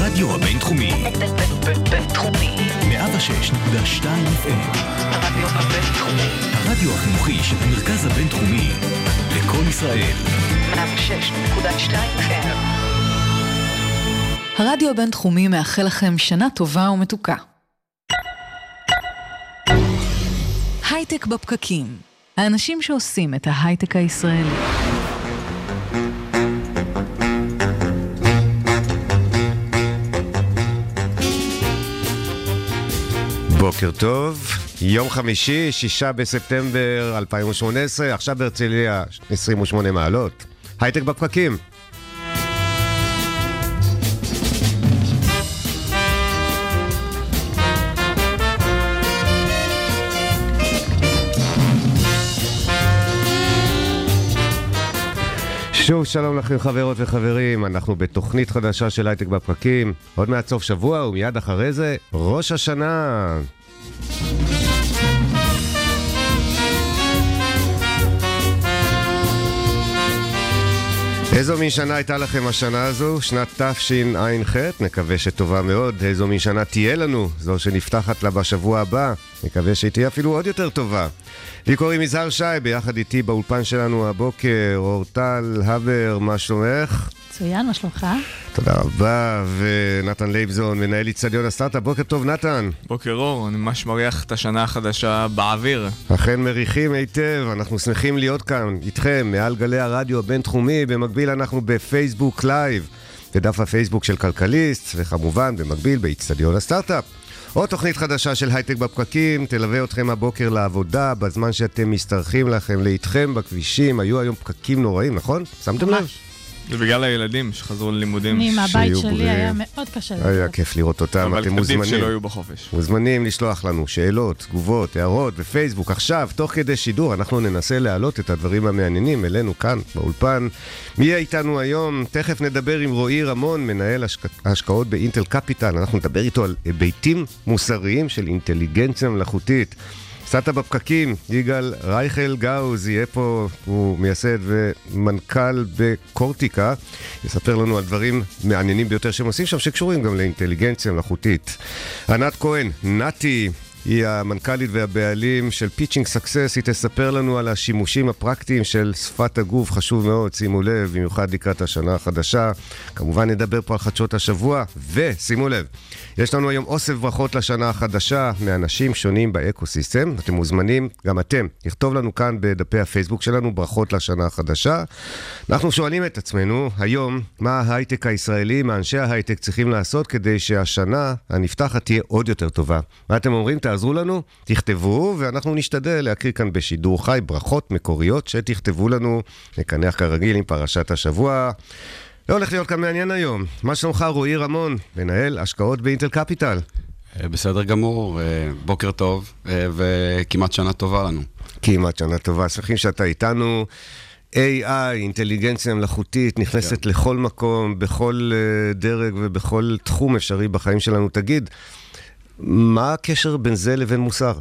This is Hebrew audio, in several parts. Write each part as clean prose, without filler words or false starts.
הרדיו הבינתחומי. בינתחומי. 106.2 FM. הרדיו הבינתחומי. הרדיו החינוכי של המרכז הבינתחומי. לכל ישראל. 106.2 FM. הרדיו הבינתחומי מאחל לכם שנה טובה ומתוקה. הייטק בפקקים. האנשים שעושים את ההייטק הישראלי. בוקר טוב, יום חמישי, 6 בספטמבר 2018, עכשיו בהרצליה 28 מעלות. הייטק בפקקים. שוב שלום לכם חברות וחברים, אנחנו בתוכנית חדשה של הייטק בפקקים, עוד מעט סוף שבוע ומיד אחרי זה ראש השנה. איזו מין שנה הייתה לכם השנה הזו? שנת תשע"ח, נקווה שטובה מאוד. איזו מין שנה תהיה לנו? זו שנפתחת לה בשבוע הבא, נקווה שהיא תהיה אפילו עוד יותר טובה. לי קוראים יזהר שי, ביחד איתי באולפן שלנו הבוקר, אורטל הבר, מה שלומך? מצוין, מה שלומך? תודה רבה, ונתן לייבזון, מנהל אצטדיון הסטארט-אפ. בוקר טוב נתן. בוקר אור, אני ממש מריח את השנה החדשה באוויר. אכן מריחים היטב, אנחנו שמחים להיות כאן איתכם מעל גלי הרדיו הבינתחומי. במקביל אנחנו בפייסבוק לייב, בדף הפייסבוק של כלכליסט, וכמובן במקביל באצטדיון הסטארט-אפ. עוד תוכנית חדשה של הייטק בפקקים, תלווה אתכם הבוקר לעבודה, בזמן שאתם מסתרכים לכם לאיתכם בכבישים. היו היום פקקים נוראים, נכון? שמתם לב? זה בגלל הילדים שחזרו ללימודים. אני מהבית שלי היה מאוד קשה. היה כיף לראות אותם, אתם מוזמנים. אבל עדיף שלא היו בחופש. מוזמנים לשלוח לנו שאלות, תגובות, הערות בפייסבוק. עכשיו, תוך כדי שידור, אנחנו ננסה להעלות את הדברים המעניינים אלינו כאן באולפן. מי יהיה איתנו היום? תכף נדבר עם רועי רמון, מנהל ההשקעות באינטל קפיטל. אנחנו נדבר איתו על היבטים מוסריים של אינטליגנציה מלאכותית. סטארט-אפ בפקקים, יגאל רייכל גאוז יהיה פה, הוא מייסד ומנכ"ל בקורטיקה, יספר לנו על דברים מעניינים ביותר שהם עושים שם, שקשורים גם לאינטליגנציה מלאכותית. ענת כהן, נתי, היא המנכ"לית והבעלים של פיצ'ינג סקסס, היא תספר לנו על השימושים הפרקטיים של שפת הגוף, חשוב מאוד, שימו לב, במיוחד לקראת השנה החדשה. כמובן נדבר פה על חדשות השבוע, ושימו לב, יש לנו היום אוסף ברכות לשנה החדשה מאנשים שונים באקוסיסטם. אתם מוזמנים, גם אתם, לכתוב לנו כאן בדפי הפייסבוק שלנו ברכות לשנה החדשה. אנחנו שואלים את עצמנו היום, מה ההייטק הישראלי, מה אנשי ההייטק צריכים לעשות כדי שהשנה הנפתחת תהיה עוד יותר טובה. מה אתם אומרים? תעזרו לנו, תכתבו, ואנחנו נשתדל להקריא כאן בשידור חי ברכות מקוריות שתכתבו לנו. נקנח כרגיל עם פרשת השבוע. לא הולך להיות כאן מעניין היום. מה שלומך רועי רמון, מנהל השקעות באינטל קפיטל? בסדר גמור, בוקר טוב, וכמעט שנה טובה לנו. כמעט שנה טובה, שמחים שאתה איתנו. AI, אינטליגנציה מלאכותית, נכנסת לכל מקום, בכל דרג ובכל תחום אפשרי בחיים שלנו. תגיד, מה הקשר בין זה לבין מוסר?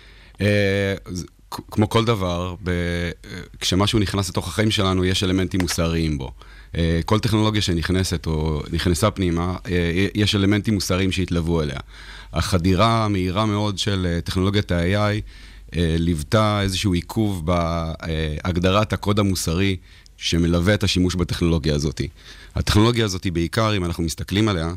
כמו כל דבר, כשמשהו נכנס לתוך החיים שלנו, יש אלמנטים מוסריים בו. כל טכנולוגיה שנכנסת או נכנסה פנימה, יש אלמנטים מוסריים שהתלוו אליה. החדירה המהירה מאוד של טכנולוגיית ה-AI ליוותה איזשהו עיכוב בהגדרת הקוד המוסרי שמלווה את השימוש בטכנולוגיה הזאת. הטכנולוגיה הזאת בעיקר, אם אנחנו מסתכלים עליה,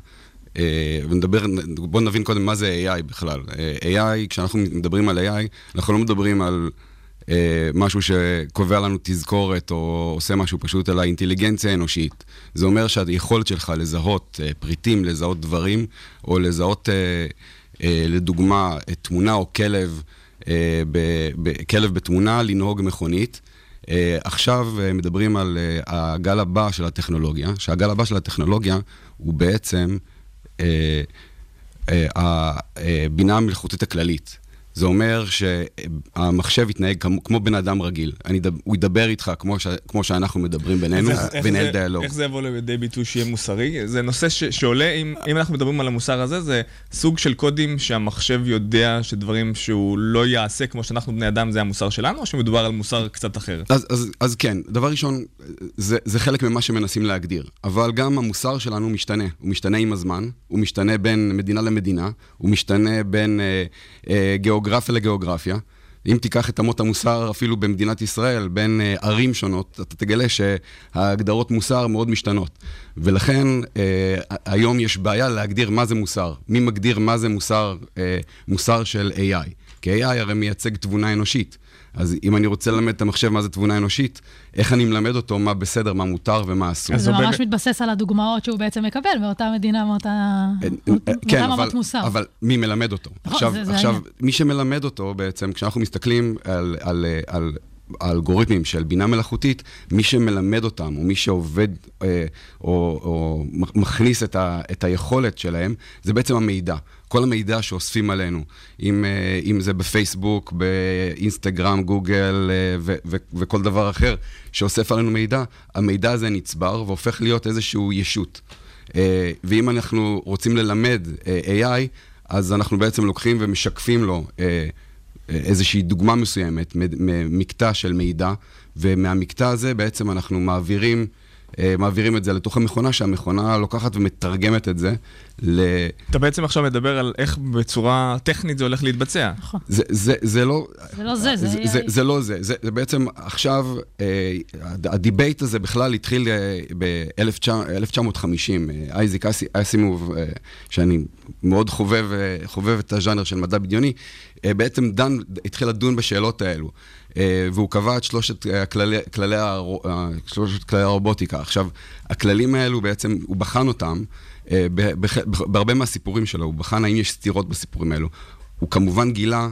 בואו נבין קודם מה זה AI בכלל. AI, כשאנחנו מדברים על AI, אנחנו לא מדברים על משהו שקובע לנו תזכורת או עושה משהו פשוט, אלא אינטליגנציה אנושית. זה אומר שהיכולת שלך לזהות פריטים, לזהות דברים, או לזהות לדוגמה תמונה או כלב, כלב בתמונה, לנהוג מכונית. עכשיו מדברים על הגל הבא של הטכנולוגיה, שהגל הבא של הטכנולוגיה הוא בעצם הבינה המלאכותית הכללית. זה אומר שהמחשב יתנהג כמו בן אדם רגיל. הוא ידבר איתך כמו שאנחנו מדברים בינינו, ונהל דיאלוג. איך זה יבוא לידי ביטוי שיהיה מוסרי? זה נושא שעולה, אם אנחנו מדברים על המוסר הזה, זה סוג של קודים שהמחשב יודע שדברים שהוא לא יעשה כמו שאנחנו בני אדם, זה המוסר שלנו, או שמדובר על מוסר קצת אחר? אז כן, דבר ראשון, זה חלק ממה שמנסים להגדיר. אבל גם המוסר שלנו משתנה. הוא משתנה עם הזמן, הוא משתנה בין מדינה למדינה, הוא משתנה בין גיאוגרפיה לגיאוגרפיה. אם תיקח את אמות המוסר אפילו במדינת ישראל, בין ערים שונות, אתה תגלה שההגדרות מוסר מאוד משתנות. ולכן היום יש בעיה להגדיר מה זה מוסר. מי מגדיר מה זה מוסר של AI? כי AI הרי מייצג תבונה אנושית. אז אם אני רוצה ללמד את המחשב מה זה תבונה אנושית, איך אני מלמד אותו מה בסדר, מה מותר ומה אסור. אז זה ממש מתבסס על הדוגמאות שהוא בעצם מקבל, באותה מדינה, מאותה רמת מוסר. אבל מי מלמד אותו? עכשיו, מי שמלמד אותו בעצם, כשאנחנו מסתכלים על האלגוריתמים של בינה מלאכותית, מי שמלמד אותם, או מי שעובד, או מכניס את היכולת שלהם, זה בעצם המידע. כל המידע שאוספים עלינו, אם זה בפייסבוק, באינסטגרם, גוגל וכל דבר אחר שאוסף עלינו מידע, המידע הזה נצבר והופך להיות איזשהו ישות. ואם אנחנו רוצים ללמד AI, אז אנחנו בעצם לוקחים ומשקפים לו איזושהי דוגמה מסוימת, מקטע של מידע, ומהמקטע הזה בעצם אנחנו מעבירים את זה לתוך המכונה, שהמכונה לוקחת ומתרגמת את זה אתה בעצם עכשיו מדבר על איך בצורה טכנית זה הולך להתבצע. זה לא זה. זה לא זה. זה בעצם עכשיו, הדיבייט הזה בכלל התחיל ב-1950. אייזק אסימוב, שאני מאוד חובב את הז'אנר של מדע בדיוני, בעצם התחיל לדון בשאלות האלו. והוא קבע את שלושת כללי הרובוטיקה. עכשיו, הכללים האלו בעצם, הוא בחן אותם, בהרבה מהסיפורים שלו, הוא בחן האם יש סתירות בסיפורים האלו. הוא כמובן גילה,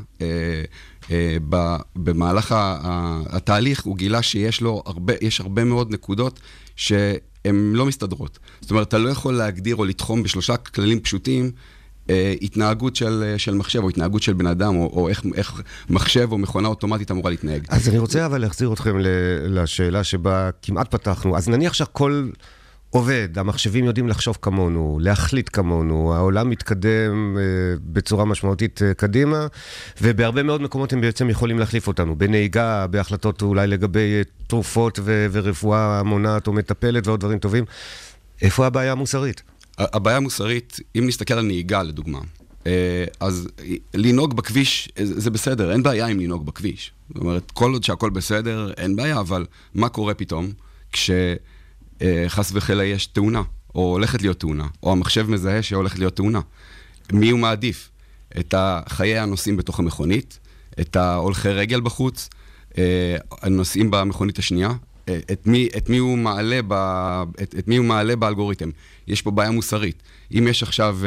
במהלך התהליך, הוא גילה שיש הרבה מאוד נקודות שהן לא מסתדרות. זאת אומרת, אתה לא יכול להגדיר או לתחום בשלושה כללים פשוטים, התנהגות של מחשב או התנהגות של בן אדם, או איך מחשב או מכונה אוטומטית אמורה להתנהג. אז אני רוצה אבל להחזיר אתכם לשאלה שבה כמעט פתחנו. אז נניח שהכל עובד, המחשבים יודעים לחשוב כמונו, להחליט כמונו, העולם מתקדם בצורה משמעותית קדימה, ובהרבה מאוד מקומות הם בעצם יכולים להחליף אותנו, בנהיגה, בהחלטות אולי לגבי תרופות ורפואה מונעת או מטפלת ועוד דברים טובים. איפה הבעיה המוסרית? הבעיה המוסרית, אם נסתכל על נהיגה לדוגמה, אז לנהוג בכביש זה בסדר, אין בעיה אם לנהוג בכביש. זאת אומרת, כל עוד שהכל בסדר, אין בעיה, אבל מה קורה פתאום כשחס וחלילה יש תאונה, או הולכת להיות תאונה, או המחשב מזהה שהולכת להיות תאונה? מי הוא מעדיף? את חיי הנוסעים בתוך המכונית, את ההולכי רגל בחוץ, הנוסעים במכונית השנייה, את מי הוא מעלה באלגוריתם. יש פה בעיה מוסרית. אם יש עכשיו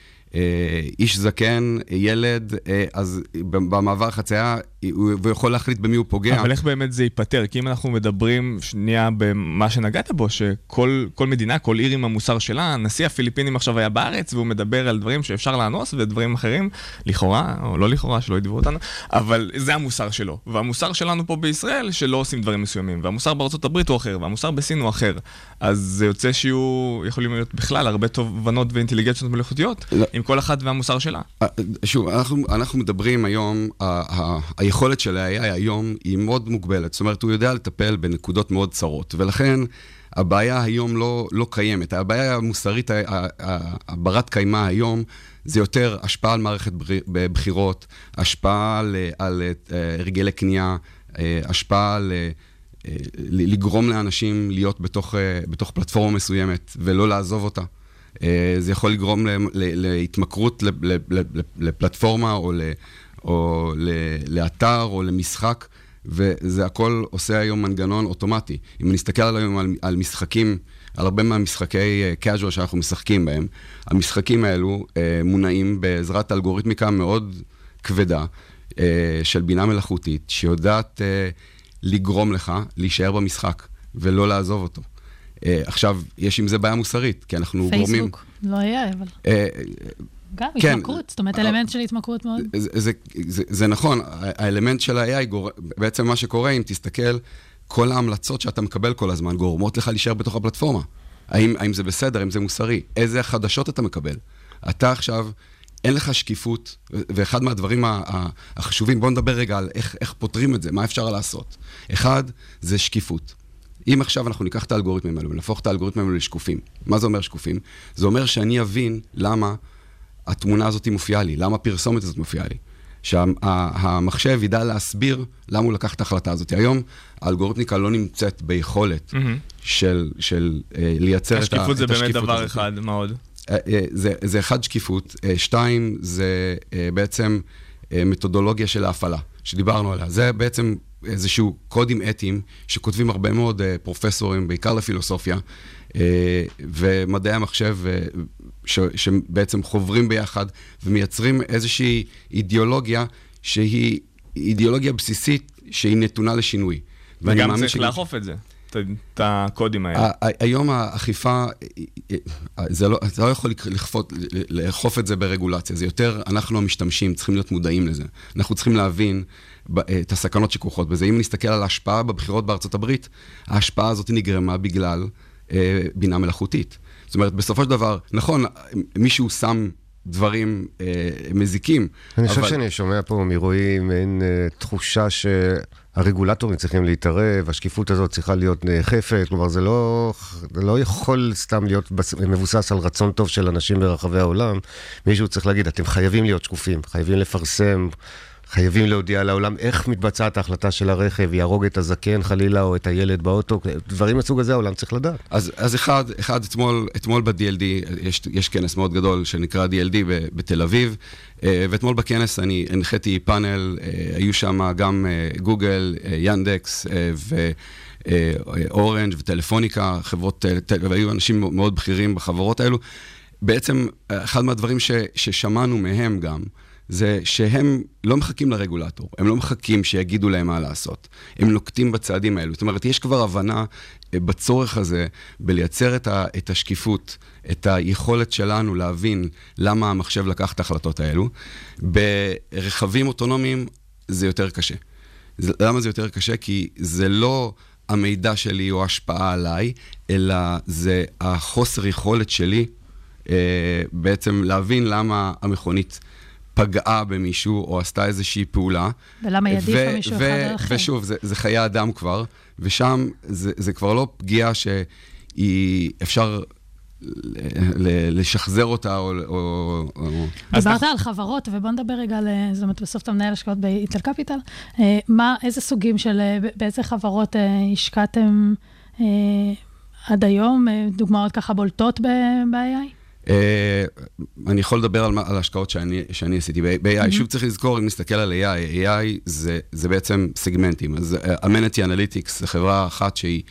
איש זקן, ילד, אז במעבר חצייה, הוא יכול להחליט במי הוא פוגע. אבל איך באמת זה ייפטר? כי אם אנחנו מדברים שנייה במה שנגעת בו, שכל מדינה, כל עיר עם המוסר שלה, נשיא הפיליפינים עכשיו היה בארץ, והוא מדבר על דברים שאפשר לאנוס, ודברים אחרים, לכאורה, או לא לכאורה, שלא ידברו אותנו, אבל זה המוסר שלו. והמוסר שלנו פה בישראל, שלא עושים דברים מסוימים. והמוסר בארצות הברית הוא אחר, והמוסר בסין הוא אחר. אז זה יוצא יכולים להיות בכלל הרבה תובנות ואינטליגנציות מלאכותיות, עם כל אחת והמוסר שלה. שוב, אנחנו מדברים היום, היכולת של ה-AI היום היא מאוד מוגבלת. זאת אומרת, הוא יודע לטפל בנקודות מאוד צרות, ולכן הבעיה היום לא קיימת. הבעיה המוסרית, הברת קיימה היום, זה יותר השפעה על מערכת בחירות, השפעה על הרגלי קנייה, השפעה לגרום לאנשים להיות בתוך פלטפורמה מסוימת, ולא לעזוב אותה. זה יכול לגרום להתמכרות לפלטפורמה או לאתר או למשחק, וזה הכל עושה היום מנגנון אוטומטי. אם נסתכל היום על משחקים, על הרבה מהמשחקי casual שאנחנו משחקים בהם, המשחקים האלו מונעים בעזרת אלגוריתמיקה מאוד כבדה של בינה מלאכותית, שיודעת לגרום לך להישאר במשחק ולא לעזוב אותו. עכשיו, יש עם זה בעיה מוסרית, כי אנחנו גורמים... פייסבוק, לא היה, אבל... גם התמכרות, זאת אומרת, אלמנט של התמכרות מאוד. זה נכון, האלמנט של ה-AI, בעצם מה שקורה, אם תסתכל, כל ההמלצות שאתה מקבל כל הזמן גורמות לך להישאר בתוך הפלטפורמה. האם זה בסדר, האם זה מוסרי? איזה חדשות אתה מקבל? אתה עכשיו, אין לך שקיפות, ואחד מהדברים החשובים, בואו נדבר רגע על איך פותרים את זה, מה אפשר לעשות. אחד, זה שקיפות. אם עכשיו אנחנו ניקח את האלגוריתמים האלו, ונהפוך את האלגוריתמים האלו לשקופים. מה זה אומר שקופים? זה אומר שאני אבין למה התמונה הזאת מופיעה לי, למה הפרסומת הזאת מופיעה לי. שהמחשב ידע להסביר למה הוא לקח את ההחלטה הזאת. היום האלגוריתמיקה לא נמצאת ביכולת של לייצר את השקיפות הזאת. השקיפות זה באמת דבר אחד, מה עוד? זה אחד שקיפות, שתיים זה בעצם מתודולוגיה של ההפעלה, שדיברנו עליה. זה בעצם איזשהו קודים אתיים שכותבים הרבה מאוד פרופסורים, בעיקר לפילוסופיה, ומדעי המחשב שבעצם חוברים ביחד ומייצרים איזושהי אידיאולוגיה שהיא אידיאולוגיה בסיסית שהיא נתונה לשינוי. וגם צריך לאכוף את זה. את הקודים האלה. היום האכיפה, אתה לא יכול לאכוף את זה ברגולציה, זה יותר, אנחנו המשתמשים צריכים להיות מודעים לזה. אנחנו צריכים להבין את הסכנות שכרוכות בזה. אם נסתכל על ההשפעה בבחירות בארצות הברית, ההשפעה הזאת נגרמה בגלל בינה מלאכותית. זאת אומרת, בסופו של דבר, נכון, מישהו שם דברים מזיקים. אני חושב שאני שומע פה מרועי מעין תחושה שהרגולטורים צריכים להתערב, השקיפות הזאת צריכה להיות נאכפת, כלומר זה לא יכול סתם להיות מבוסס על רצון טוב של אנשים ברחבי העולם. מישהו צריך להגיד, אתם חייבים להיות שקופים, חייבים לפרסם, חייבים להודיע לעולם איך מתבצעת ההחלטה של הרכב, יהרוג את הזקן חלילה או את הילד באוטו, דברים מסוג הזה העולם צריך לדעת. אז אחד אתמול ב-DLD, יש כנס מאוד גדול שנקרא DLD בתל אביב, ואתמול בכנס אני הנחיתי פאנל, היו שם גם גוגל, ינדקס ואורנג' וטלפוניקה, חברות, והיו אנשים מאוד בכירים בחברות האלו. בעצם אחד מהדברים ששמענו מהם גם, זה שהם לא מחכים לרגולטור, הם לא מחכים שיגידו להם מה לעשות. הם נוקטים בצעדים האלו. זאת אומרת, יש כבר הבנה בצורך הזה, בלייצר את השקיפות, את היכולת שלנו להבין למה המחשב לקח את ההחלטות האלו. ברכבים אוטונומיים זה יותר קשה. למה זה יותר קשה? כי זה לא המידע שלי או השפעה עליי, אלא זה החוסר יכולת שלי בעצם להבין למה המכונית פגעה במישהו או עשתה איזושהי פעולה. ולמה ידיפה מישהו אחד על אחר. ושוב, זה חיי אדם כבר, ושם זה כבר לא פגיעה שהיא אפשר לשחזר אותה או... דיברת על חברות, ובוא נדבר רגע על, זאת אומרת, בסוף אתה מנהל השקעות באינטל קפיטל, איזה סוגים של, באיזה חברות השקעתם עד היום, דוגמאות ככה בולטות ב-AI? אני יכול לדבר על ההשקעות שאני עשיתי ב-AI. שוב צריך לזכור, אם נסתכל על AI זה בעצם סגמנטים. אז Amenity Analytics זה חברה אחת שהיא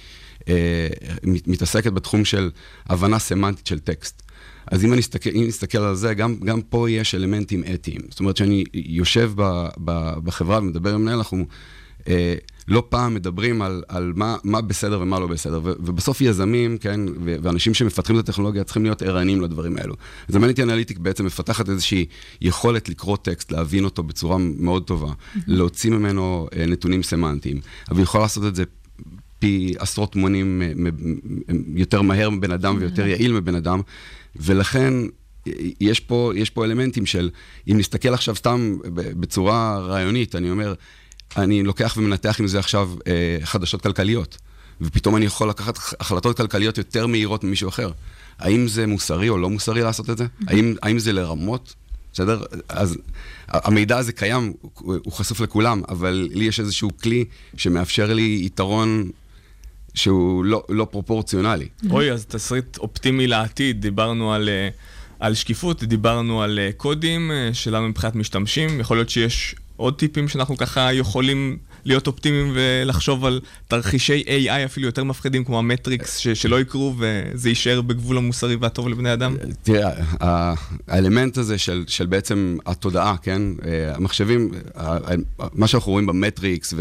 מתעסקת בתחום של הבנה סמנטית של טקסט. אז אם נסתכל על זה, גם פה יש אלמנטים אתיים. זאת אומרת שאני יושב בחברה ומדבר עם מנהל, אנחנו לא פעם מדברים על מה בסדר ומה לא בסדר, ובסוף יזמים, כן, ואנשים שמפתחים את הטכנולוגיה צריכים להיות ערניים לדברים האלו. אז Amenity Analytics בעצם מפתחת איזושהי יכולת לקרוא טקסט, להבין אותו בצורה מאוד טובה, להוציא ממנו נתונים סמנטיים, אבל יכול לעשות את זה פי עשרות מונים יותר מהר מבן אדם ויותר יעיל מבן אדם, ולכן יש פה אלמנטים של, אם נסתכל עכשיו סתם בצורה רעיונית, אני אומר, אני לוקח ומנתח עם זה עכשיו חדשות כלכליות, ופתאום אני יכול לקחת החלטות כלכליות יותר מהירות ממישהו אחר. האם זה מוסרי או לא מוסרי לעשות את זה? האם זה לרמות? בסדר? אז המידע הזה קיים, הוא חשוף לכולם, אבל לי יש איזשהו כלי שמאפשר לי יתרון שהוא לא פרופורציונלי. אוי, אז תסריט אופטימי לעתיד, דיברנו על שקיפות, דיברנו על קודים שלנו מבחינת משתמשים, יכול להיות שיש עוד טיפים שאנחנו ככה יכולים להיות אופטימיים ולחשוב על תרחישי AI אפילו יותר מפחידים כמו המטריקס שלא יקרו וזה יישאר בגבול המוסרי והטוב לבני אדם? תראה, האלמנט הזה של בעצם התודעה, כן? המחשבים, מה שאנחנו רואים במטריקס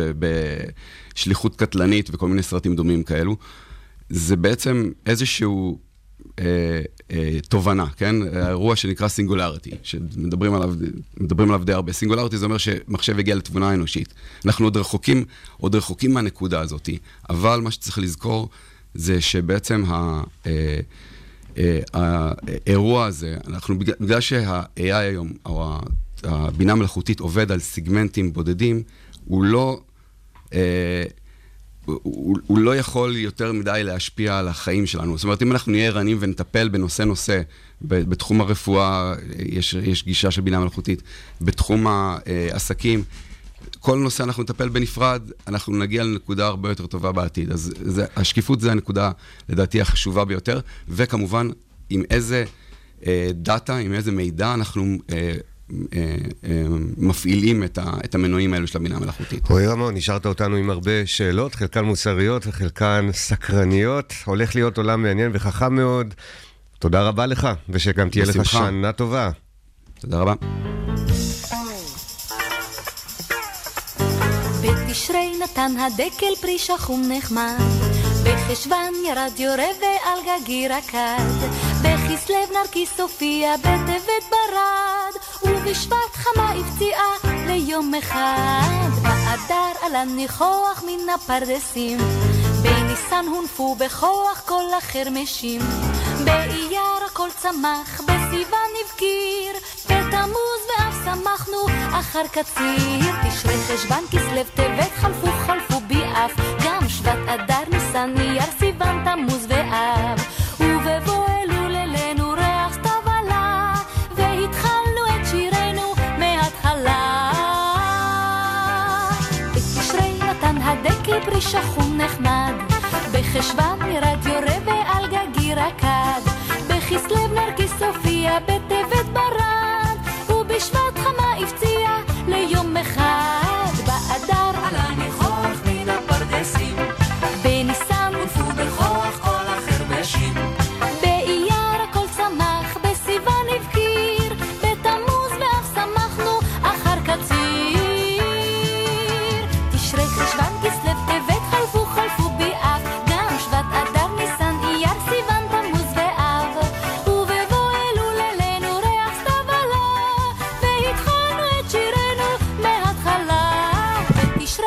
ובשליחות קטלנית וכל מיני סרטים דומים כאלו, זה בעצם איזשהו תובנה, כן? האירוע שנקרא סינגולריטי, שמדברים עליו די הרבה. סינגולריטי זה אומר שמחשב הגיע לתבונה אנושית. אנחנו עוד רחוקים מהנקודה הזאת, אבל מה שצריך לזכור זה שבעצם האירוע הזה, בגלל שה-AI היום, או הבינה מלאכותית עובד על סגמנטים בודדים, הוא לא יכול יותר מדי להשפיע על החיים שלנו. זאת אומרת, אם אנחנו נהיה ערניים ונטפל בנושא, בתחום הרפואה, יש גישה של בינה מלאכותית, בתחום העסקים, כל נושא אנחנו נטפל בנפרד, אנחנו נגיע לנקודה הרבה יותר טובה בעתיד. אז השקיפות זה הנקודה, לדעתי, החשובה ביותר, וכמובן, עם איזה דאטה, עם איזה מידע אנחנו מפעילים את המנועים האלו של הבינה המלאכותית. רועי רמון, נשארת אותנו עם הרבה שאלות, חלקן מוסריות וחלקן סקרניות. הולך להיות עולם מעניין וחכם מאוד. תודה רבה לך, ושגם תהיה לך שנה טובה. תודה רבה. בתשרי נתן הדקל פרי שחום נחמד, בחשוון ירד יורה ועל גגי רקד, בכסלו נרקיס הופיע, בטבת ברד, ובשבט חמה הפציעה ליום אחד. באדר עלה ניחוח מן הפרדסים, בניסן הונפו בכוח כל החרמשים, באייר הכל צמח, בסיוון נבקיר, בתמוז ואף שמחנו אחר קציר. תשרי חשוון כסלו טבת חלפו ביעף, גם שבט אדר ניסן אייר סיוון תמוז ואב, ובבוא אלול אלינו ריח סתיו עלה, והתחלנו את שירנו מההתחלה. בתשרי נתן הדקל פרי שחום נחמד, בחשוון ירד יורה ועל גגי רקד, בכסלו נרקיס הופיע, בטבת ברד, ובשבט חמה הפציע ליום אחד. באדר עלה ניחוח מן הפרדסים, בניסן הונפו בכוח כל החרמשים, באייר הכל צמח, בסיוון הבקיר, בתמוז ואף שמחנו אחר קציר. תשרי חשוון כסלו טבת חלפו ביעף, גם שבט אדר ניסן אייר סיוון תמוז ואב, ובבוא אלול אלינו ריח סתיו עלה, והתחלנו את שירנו מההתחלה. בתשרי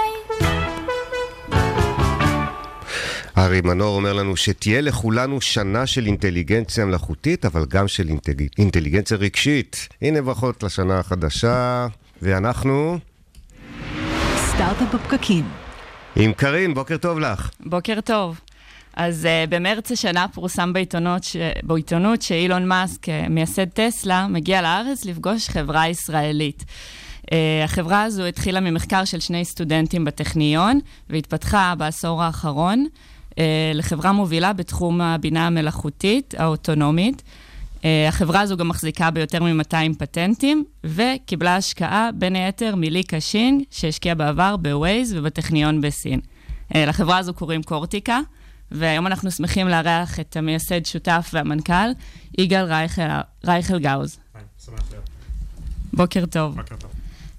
ארי מנור אומר לנו שתהיה לכולנו שנה של אינטליגנציה מלאכותית, אבל גם של אינטליגנציה רגשית. הנה ברכות לשנה החדשה, ואנחנו סטארט-אפ בפקקים. עם קרין, בוקר טוב לך. בוקר טוב. אז במרץ השנה פורסם בעיתונות שאילון מאסק, מייסד טסלה, מגיע לארץ לפגוש חברה ישראלית. החברה הזו התחילה ממחקר של 2 סטודנטים בטכניון, והתפתחה בעשור האחרון לחברה מובילה בתחום הבינה המלאכותית, האוטונומית. החברה הזו גם מחזיקה ביותר מ-200 פטנטים, וקיבלה השקעה בין היתר מילי קשינג, שהשקיע בעבר בווייז ובטכניון בסין. לחברה הזו קוראים קורטיקה, והיום אנחנו שמחים לארח את המייסד שותף והמנכ"ל, יגאל רייכל גאוז. שמח להיות. בוקר טוב. בוקר טוב.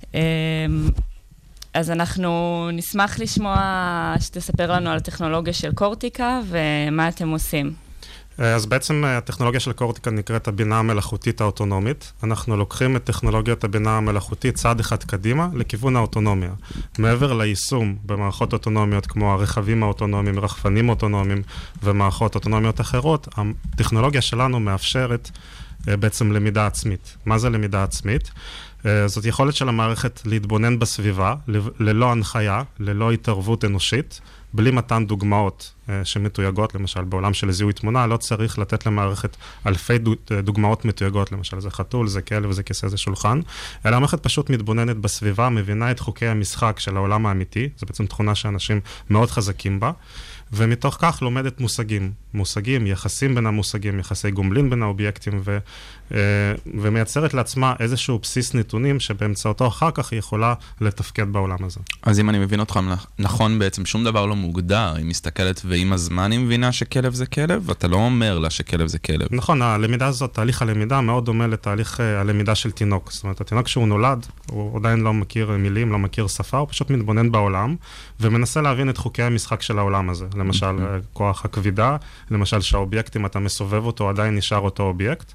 אז אנחנו נשמח לשמוע שתספר לנו על הטכנולוגיה של קורטיקה ומה אתם עושים. אז בעצם הטכנולוגיה של קורטיקה נקראת הבינה המלאכותית האוטונומית. אנחנו לוקחים את טכנולוגיית הבינה המלאכותית צעד אחד קדימה לכיוון האוטונומיה. מעבר ליישום במערכות אוטונומיות כמו הרכבים האוטונומיים, רחפנים אוטונומיים ומערכות אוטונומיות אחרות, הטכנולוגיה שלנו מאפשרת בעצם למידה עצמית. מה זה למידה עצמית? זאת יכולת של המערכת להתבונן בסביבה, ללא הנחיה, ללא התערבות אנושית, בלי מתן דוגמאות שמתויגות, למשל בעולם של זיהוי תמונה, לא צריך לתת למערכת אלפי דוגמאות מתויגות, למשל זה חתול, זה כלב וזה כיסא, זה שולחן, אלא המערכת פשוט מתבוננת בסביבה, מבינה את חוקי המשחק של העולם האמיתי, זו בעצם תכונה שאנשים מאוד חזקים בה, ומתוך כך לומדת מושגים, יחסים בין המושגים, יחסי גומלין בין האובייקטים, ומייצרת לעצמה איזשהו בסיס נתונים שבאמצעותו אחר כך היא יכולה לתפקד בעולם הזה. אז אם אני מבין אותך נכון, בעצם שום דבר לא מוגדר, היא מסתכלת ועם הזמן היא מבינה שכלב זה כלב, ואתה לא אומר לה שכלב זה כלב. נכון, הלמידה הזאת, תהליך הלמידה מאוד דומה לתהליך הלמידה של תינוק. זאת אומרת, התינוק שהוא נולד, הוא עדיין לא מכיר מילים, לא מכיר שפה, הוא פשוט מתבונן בעולם, ומנסה להבין את חוקי המשחק של העולם הזה. למשל כוח הכבידה, למשל שהאובייקט, אם אתה מסובב אותו, עדיין נשאר אותו אובייקט,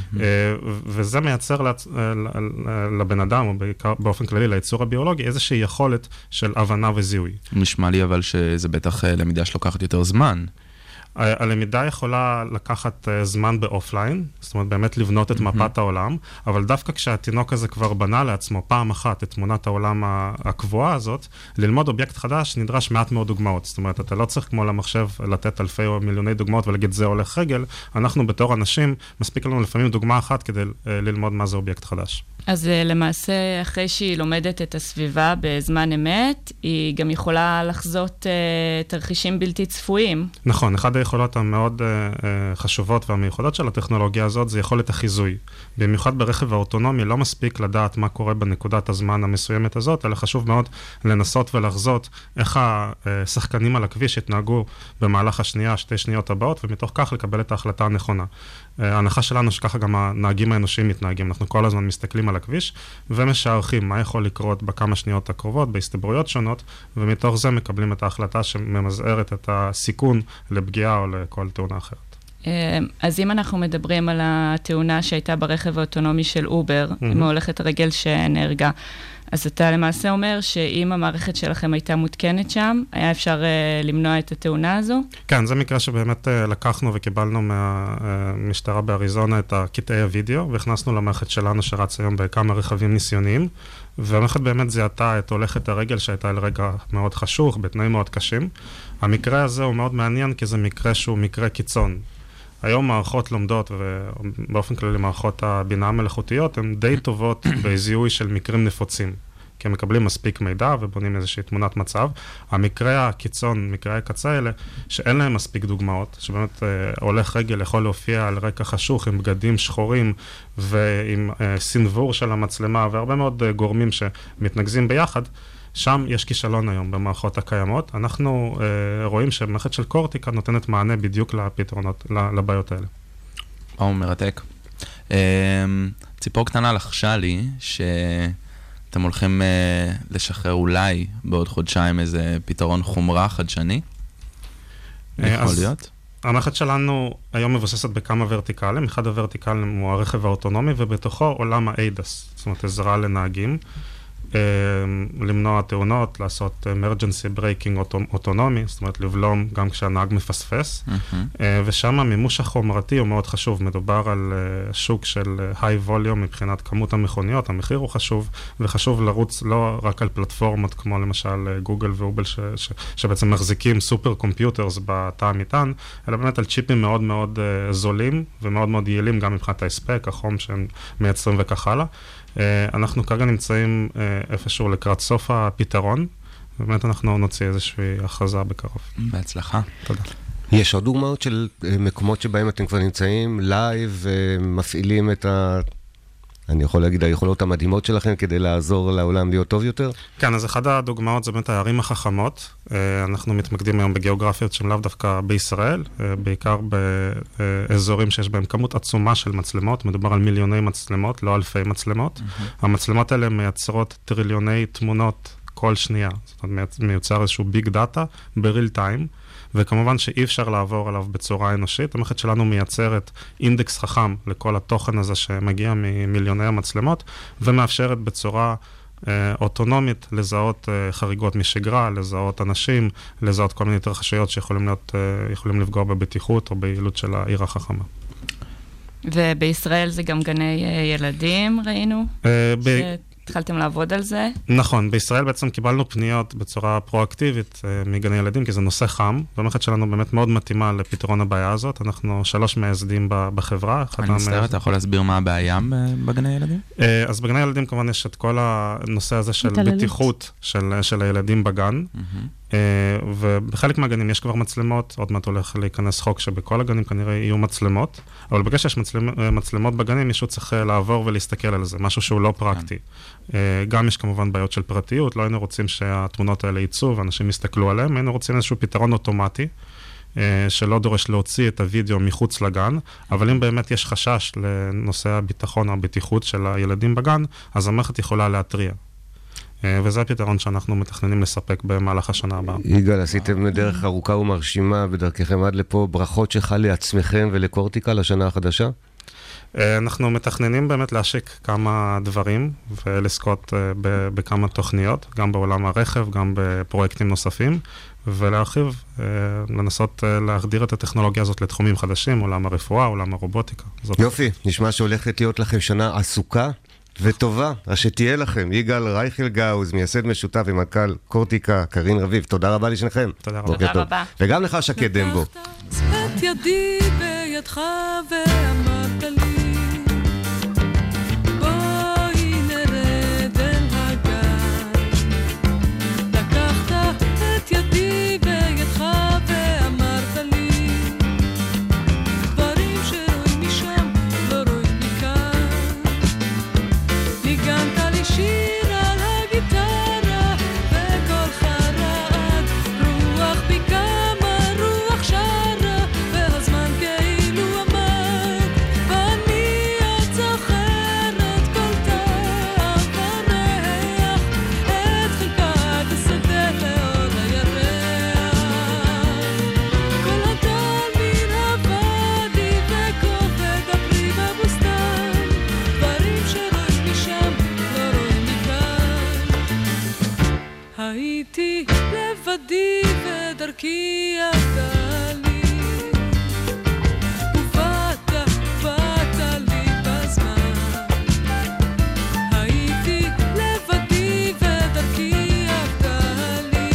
וזה מייצר לבן אדם, או באופן כללי ליצור הביולוגי, איזושהי יכולת של הבנה וזיהוי. נשמע לי אבל שזה בטח למידה שלוקחת יותר זמן. הלמידה יכולה לקחת זמן באופליין, זאת אומרת באמת לבנות את מפת העולם, אבל דווקא כשהתינוק הזה כבר בנה לעצמו פעם אחת את תמונת העולם הקבועה הזאת, ללמוד אובייקט חדש נדרש מעט מאוד דוגמאות. זאת אומרת, אתה לא צריך כמו למחשב לתת אלפי או מיליוני דוגמאות ולהגיד זה הולך רגל, אנחנו בתור אנשים, מספיק לנו לפעמים דוגמה אחת כדי ללמוד מה זה אובייקט חדש. אז למעשה, אחרי שהיא לומדת את הסביבה בזמן אמת, היא גם יכולה לחזות תרחישים בלתי צפויים. נכון, אחד היכולות המאוד חשובות והמיוחדות של הטכנולוגיה הזאת זה יכולת החיזוי. במיוחד ברכב האוטונומי לא מספיק לדעת מה קורה בנקודת הזמן המסוימת הזאת, אלא חשוב מאוד לנסות ולחזות איך השחקנים על הכביש התנהגו במהלך השנייה, 2 שניות הבאות, ומתוך כך לקבל את ההחלטה הנכונה. ההנחה שלנו שככה גם הנהגים האנושיים מתנהגים. אנחנו כל הזמן מסתכלים על הכביש ומשערכים מה יכול לקרות בכמה שניות הקרובות, בהסתברויות שונות, ומתוך זה מקבלים את ההחלטה שממזערת את הסיכון לפגיעה או לכל תאונה אחרת. אז אם אנחנו מדברים על התאונה שהייתה ברכב האוטונומי של אובר, עם הולכת הרגל שנהרגה, אז אתה למעשה אומר שאם המערכת שלכם הייתה מותקנת שם, היה אפשר למנוע את התאונה הזו? כן, זה מקרה שבאמת לקחנו וקיבלנו מהמשטרה באריזונה את קטעי הוידאו, והכנסנו למערכת שלנו שרץ היום בכמה רכבים ניסיוניים, והמערכת באמת זיהתה את הולכת הרגל שהייתה על רגע מאוד חשוך, בתנאים מאוד קשים. המקרה הזה הוא מאוד מעניין כי זה מקרה שהוא מקרה קיצון. היום מערכות לומדות, ובאופן כללי מערכות הבינה המלאכותיות, הן די טובות בזיהוי של מקרים נפוצים. כי הם מקבלים מספיק מידע ובונים איזושהי תמונת מצב. המקרה הקיצון, מקרי הקצה האלה, שאין להם מספיק דוגמאות, שבאמת הולך רגל יכול להופיע על רקע חשוך עם בגדים שחורים ועם סנבור של המצלמה והרבה מאוד גורמים שמתנגזים ביחד, שם יש כישלון היום במערכות הקיימות. אנחנו רואים שמערכת של קורטיקה נותנת מענה בדיוק לפתרונות, לבעיות האלה. מרתק. ציפור קטנה לחשה לי שאתם הולכים לשחרר אולי בעוד חודשיים איזה פתרון חומרה חדשני. יכול להיות? המערכת שלנו היום מבוססת בכמה ורטיקלים. אחד הוורטיקלים הוא הרכב האוטונומי, ובתוכו עולם ה-ADAS, זאת אומרת עזרה לנהגים. למנוע תאונות, לעשות emergency braking אוטונומי, זאת אומרת לבלום גם כשהנהג מפספס, ושם המימוש החומרתי הוא מאוד חשוב. מדובר על שוק של high volume מבחינת כמות המכוניות, המחיר הוא חשוב, וחשוב לרוץ לא רק על פלטפורמות כמו למשל גוגל ואובל שבעצם מחזיקים סופר קומפיוטרס בתא המטען, אלא באמת על צ'יפים מאוד מאוד זולים ומאוד מאוד יעילים גם מבחינת ההספק, החום שהם מייצרים וכך הלאה. אנחנו כרגע נמצאים איפשהו לקראת סוף הפתרון, ובאמת אנחנו נוציא איזושהי הכרזה בקרוב. בהצלחה. תודה. יש עוד דוגמאות של מקומות שבהם אתם כבר נמצאים לייב ומפעילים את אני יכול להגיד, היכולות המדהימות שלכם כדי לעזור לעולם להיות טוב יותר? כן, אז אחד הדוגמאות זה באמת הערים החכמות. אנחנו מתמקדים היום בגיאוגרפיות שהן לאו דווקא בישראל, בעיקר באזורים שיש בהם כמות עצומה של מצלמות, מדובר על מיליוני מצלמות, לא אלפי מצלמות. המצלמות האלה מייצרות טריליוני תמונות כל שנייה. זאת אומרת, מיוצר איזשהו ביג דאטה בריל טיים, וכמובן שאי אפשר לעבור עליו בצורה אנושית. המערכת שלנו מייצרת אינדקס חכם לכל התוכן הזה שמגיע ממיליוני המצלמות, ומאפשרת בצורה אוטונומית לזהות חריגות משגרה, לזהות אנשים, לזהות כל מיני התרחשויות שיכולים לפגוע בבטיחות או ביעילות של העיר החכמה. ובישראל זה גם גני ילדים, ראינו? התחלתם לעבוד על זה? נכון, בישראל בעצם קיבלנו פניות בצורה פרואקטיבית מגני ילדים, כי זה נושא חם, והמערכת שלנו באמת מאוד מתאימה לפתרון הבעיה הזאת. אנחנו 3 מייסדים בחברה. אני מצטער, אתה יכול להסביר מה הבעיה בגני ילדים? אז בגני ילדים כמובן יש את כל הנושא הזה של בטיחות של הילדים בגן, ובחלק מהגנים יש כבר מצלמות, עוד מעט הולך להיכנס חוק שבכל הגנים כנראה יהיו מצלמות, אבל בגלל שיש מצלמות בגנים, מישהו צריך לעבור ולהסתכל על זה, משהו שהוא לא פרקטי. גם יש כמובן בעיות של פרטיות, לא היינו רוצים שהתמונות האלה ייצאו ואנשים יסתכלו עליהם, היינו רוצים איזשהו פתרון אוטומטי, שלא דורש להוציא את הוידאו מחוץ לגן, אבל אם באמת יש חשש לנושא הביטחון או הבטיחות של הילדים בגן, אז המערכת יכולה להתריע. וזה הפתרון שאנחנו מתכננים לספק במהלך השנה הבאה. יגאל, עשיתם דרך ארוכה ומרשימה בדרככם עד לפה. ברכות שלך לעצמכם ולקורטיקה לשנה החדשה? אנחנו מתכננים באמת להשיק כמה דברים ולזכות בכמה תוכניות, גם בעולם הרכב, גם בפרויקטים נוספים, ולהרחיב, לנסות להחדיר את הטכנולוגיה הזאת לתחומים חדשים, עולם הרפואה, עולם הרובוטיקה. יופי, נשמע שהולכת להיות לכם שנה עסוקה וטובה, אז שתהיה לכם. יגאל רייכל-גאוז, מייסד משותף ומנכ"ל קורטיקה, קרין רביב, תודה רבה לשניכם. תודה רבה. תודה רבה. וגם לך שקד דמבו. את ידי בידך ואמרת לי בואי נרד אל הגן, לקחת את ידי בידך ואמרת לי דברים שרואים משם לא רואים מכאן, ניגנת לי שיר על הגיטרה וקולך רעד, רוח בי כמה רוח שרה והזמן כאילו עמד, ואני את זוכרת כל טעם וריח, את חלקת השדה לאור הירח, כל הטל מן הוואדי וכובד הפרי בבוסתן, דברים שרואים משם לא רואים מכאן, הייתי לבדי ודרכי עבדה לי, ובאת לי בזמן, הייתי לבדי ודרכי עבדה לי,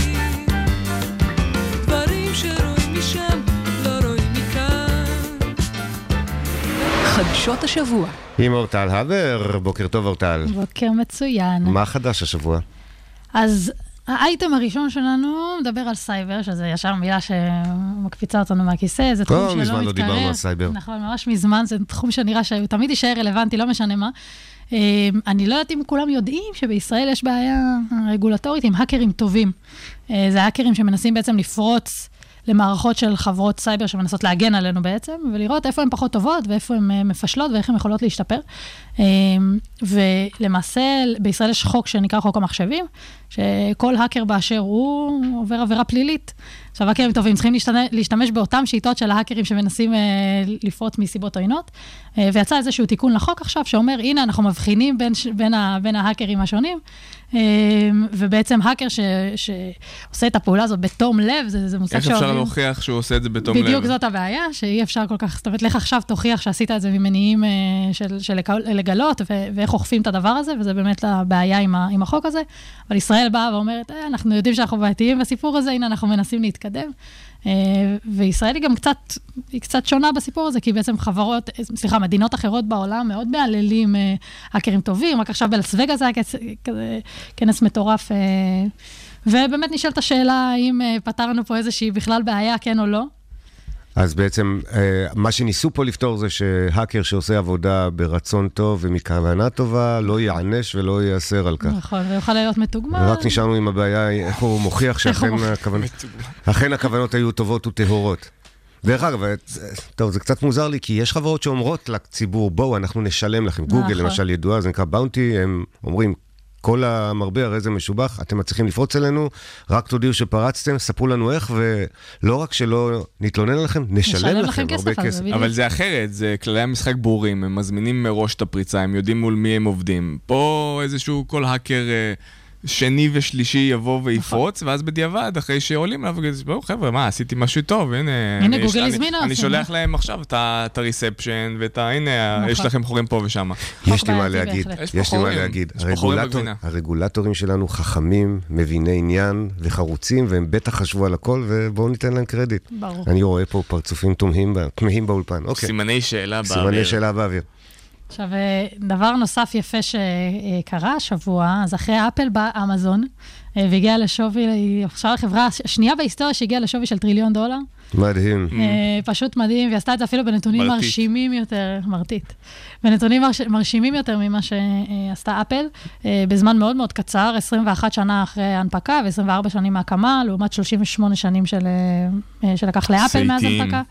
דברים שרואים משם לא רואים מכאן. חדשות השבוע. עם אורטל הבר, בוקר טוב אורטל. בוקר מצוין. מה חדש השבוע? אז האייטם הראשון שלנו מדבר על סייבר, שזה ישר מילה שמקפיצה אותנו מהכיסא, זה תחום שלא מתקרב. מזמן לא דיברנו על סייבר. נכון, ממש מזמן, זה תחום שנראה שהוא תמיד יישאר רלוונטי, לא משנה מה. אני לא יודעת אם כולם יודעים שבישראל יש בעיה רגולטורית עם האקרים טובים. זה האקרים שמנסים בעצם לפרוץ למערכות של חברות סייבר שמנסות להגן עלינו בעצם, ולראות איפה הן פחות טובות, ואיפה הן מפשלות, ואיך הן יכולות להשתפר. ולמעשה, בישראל יש חוק שנקרא חוק המחשבים, שכל האקר באשר הוא עובר עבירה פלילית. עכשיו, האקרים טובים צריכים להשתמש באותם שיטות של האקרים שמנסים לפרוץ מסיבות עוינות, ויצא איזשהו תיקון לחוק עכשיו, שאומר, הנה, אנחנו מבחינים בין ההאקרים השונים, ובעצם האקר שעושה את הפעולה הזאת בתום לב, זה מושג איך אפשר להוכיח שהוא עושה את זה בתום לב? בדיוק זאת הבעיה, שאי אפשר כל כך, זאת אומרת, לך עכשיו תוכיח שעשית את זה ממניעים של לגלות, ואיך אוכפים את הדבר הזה, וזה באמת הבעיה עם החוק הזה. אבל ישראל באה ואומרת, אנחנו יודעים שאנחנו בעייתיים בסיפור הזה, הנה אנחנו מנסים להתקדם. וישראל היא גם קצת שונה בסיפור הזה, כי בעצם מדינות אחרות בעולם מאוד מעללים האקרים טובים, רק עכשיו בלס וגאס היה כנס מטורף, ובאמת נשאלת השאלה האם פתרנו פה איזושהי בכלל בעיה, כן או לא. אז בעצם מה שניסו פה לפתור זה שהאקר שעושה עבודה ברצון טוב ומכוונה טובה לא יענש ולא יאסר על כך. נכון, ויוכל להיות מתוגמל. רק נשארנו עם הבעיה, איך הוא מוכיח שאכן הכוונות היו טובות וטהורות. דרך אגב, טוב, זה קצת מוזר לי, כי יש חברות שאומרות לציבור, בואו, אנחנו נשלם לכם. גוגל למשל ידועה, זה נקרא באונטי, הם אומרים, כל המרבה הרי זה משובח, אתם מצליחים לפרוץ אלינו, רק תודיעו שפרצתם, ספרו לנו איך, ולא רק שלא נתלונן עליכם, נשלם לכם הרבה כסף. אבל זה אחרת, זה כללי המשחק ברורים, הם מזמינים מראש את הפריצה, הם יודעים מול מי הם עובדים. פה איזשהו כל האקר שני ושלישי יבוא ויפרוץ, ואז בדיעבד, אחרי שעולים אליו, בואו חבר'ה, מה, עשיתי משהו טוב, הנה גוגל הזמינו. אני שולח להם עכשיו את הריספשן, הנה, יש לכם חורים פה ושם. יש לי מה להגיד. הרגולטורים שלנו חכמים, מביני עניין וחרוצים, והם בטח חשבו על הכל, ובואו ניתן להם קרדיט. ברור. אני רואה פה פרצופים תמהים באולפן. סימני שאלה באוויר. עכשיו, דבר נוסף יפה שקרה השבוע, אז אחרי אפל בא אמזון, והגיעה לשווי, עכשיו החברה השנייה בהיסטוריה שהגיעה לשווי של $1 טריליון, מדהים. פשוט מדהים, והיא עשתה את זה אפילו בנתונים מרשימים יותר, מרתית. בנתונים מרשימים יותר ממה שעשתה אפל, בזמן מאוד מאוד קצר, 21 שנה אחרי ההנפקה ו-24 שנים מהקמה, לעומת 38 שנים שלקח לאפל מאז ההנפקה.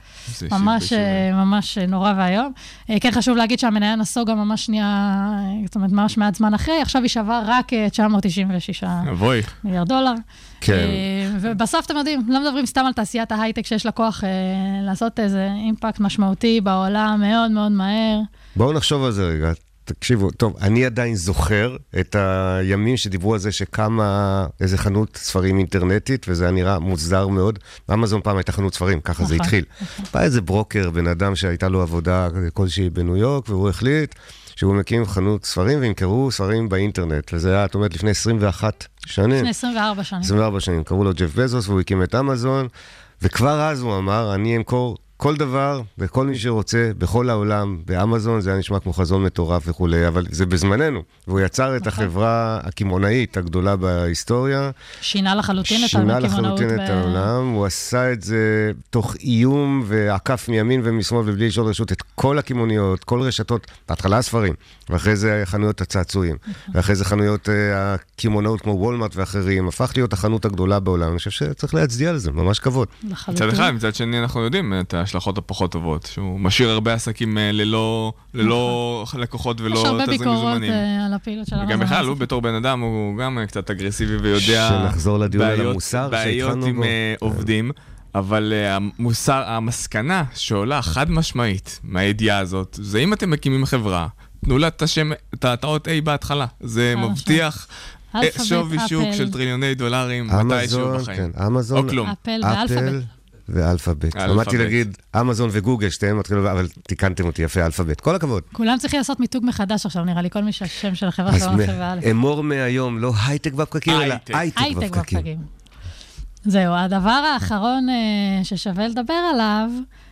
ממש נורא והיום. כן חשוב להגיד שהמניה נסוגה ממש שנייה, זאת אומרת, ממש מעט זמן אחרי, עכשיו היא שווה רק 996 מיליארד דולר. כן. ובסוף אתם יודעים, לא מדברים סתם על תעשיית ההייטק שיש לה כוח לעשות איזה אימפקט משמעותי בעולם מאוד מאוד מהר. בואו נחשוב על זה רגע. תקשיבו, טוב, אני עדיין זוכר את הימים שדיברו על זה שקמה איזה חנות ספרים אינטרנטית, וזה היה נראה מוזר מאוד. אמזון פעם הייתה חנות ספרים, ככה זה התחיל. בא איזה ברוקר, בן אדם שהייתה לו עבודה כלשהי בניו יורק, והוא החליט שהוא מקים חנות ספרים, וימכרו ספרים באינטרנט. וזה היה, את אומרת, לפני 21 שנים. לפני 24 שנים. 24 שנים. קראו לו ג'ף בזוס, והוא הקים את אמזון, וכבר אז הוא אמר, אני אמכור כל דבר, וכל מי שרוצה, בכל העולם, באמזון, זה היה נשמע כמו חזון מטורף וכו', אבל זה בזמננו. והוא יצר את החברה הקימונאית הגדולה בהיסטוריה. שינה לחלוטין את העולם. הוא עשה את זה תוך איום, ועקף מימין ומשמאל, ובלי לשאול רשות את כל הקימוניות, כל רשתות, בהתחלה הספרים, ואחרי זה חנויות הצעצועים, ואחרי זה חנויות הקימונאות כמו וולמארט ואחרים, הפך להיות החנות הגדולה בעולם. אני חושב שצריך להצדיע על זה, ממש כבוד. מצד אחד, מצד שני אנחנו יודעים את ההשלכות הפחות טובות, שהוא משאיר הרבה עסקים ללא לקוחות ולא תזרים מזומנים. יש הרבה ביקורות על הפעילות של וגם בכלל, הוא בתור בן אדם, הוא גם קצת אגרסיבי ויודע שנחזור לדיון על המוסר בעיות עם עובדים, אבל המסקנה שעולה חד משמעית מהידיעה הזאת, זה אם אתם מקימים חברה, תנו לה את האות A בהתחלה. זה מבטיח שווי שוק של טריליוני דולרים מתישהו בחיים. אמזון, אפל ואלפאבית. ואלפאבית. אמרתי להגיד, אמזון וגוגל, שתיהם מתחילו, אבל תיקנתם אותי יפה, אלפאבית. כל הכבוד. כולם צריכים לעשות מיתוג מחדש עכשיו, נראה לי, כל מי שהשם של החברה שלנו חברה אלף. אמור מהיום, לא הייטק בפקקים, אלא הייטק בפקקים. זהו, הדבר האחרון ששווה לדבר עליו,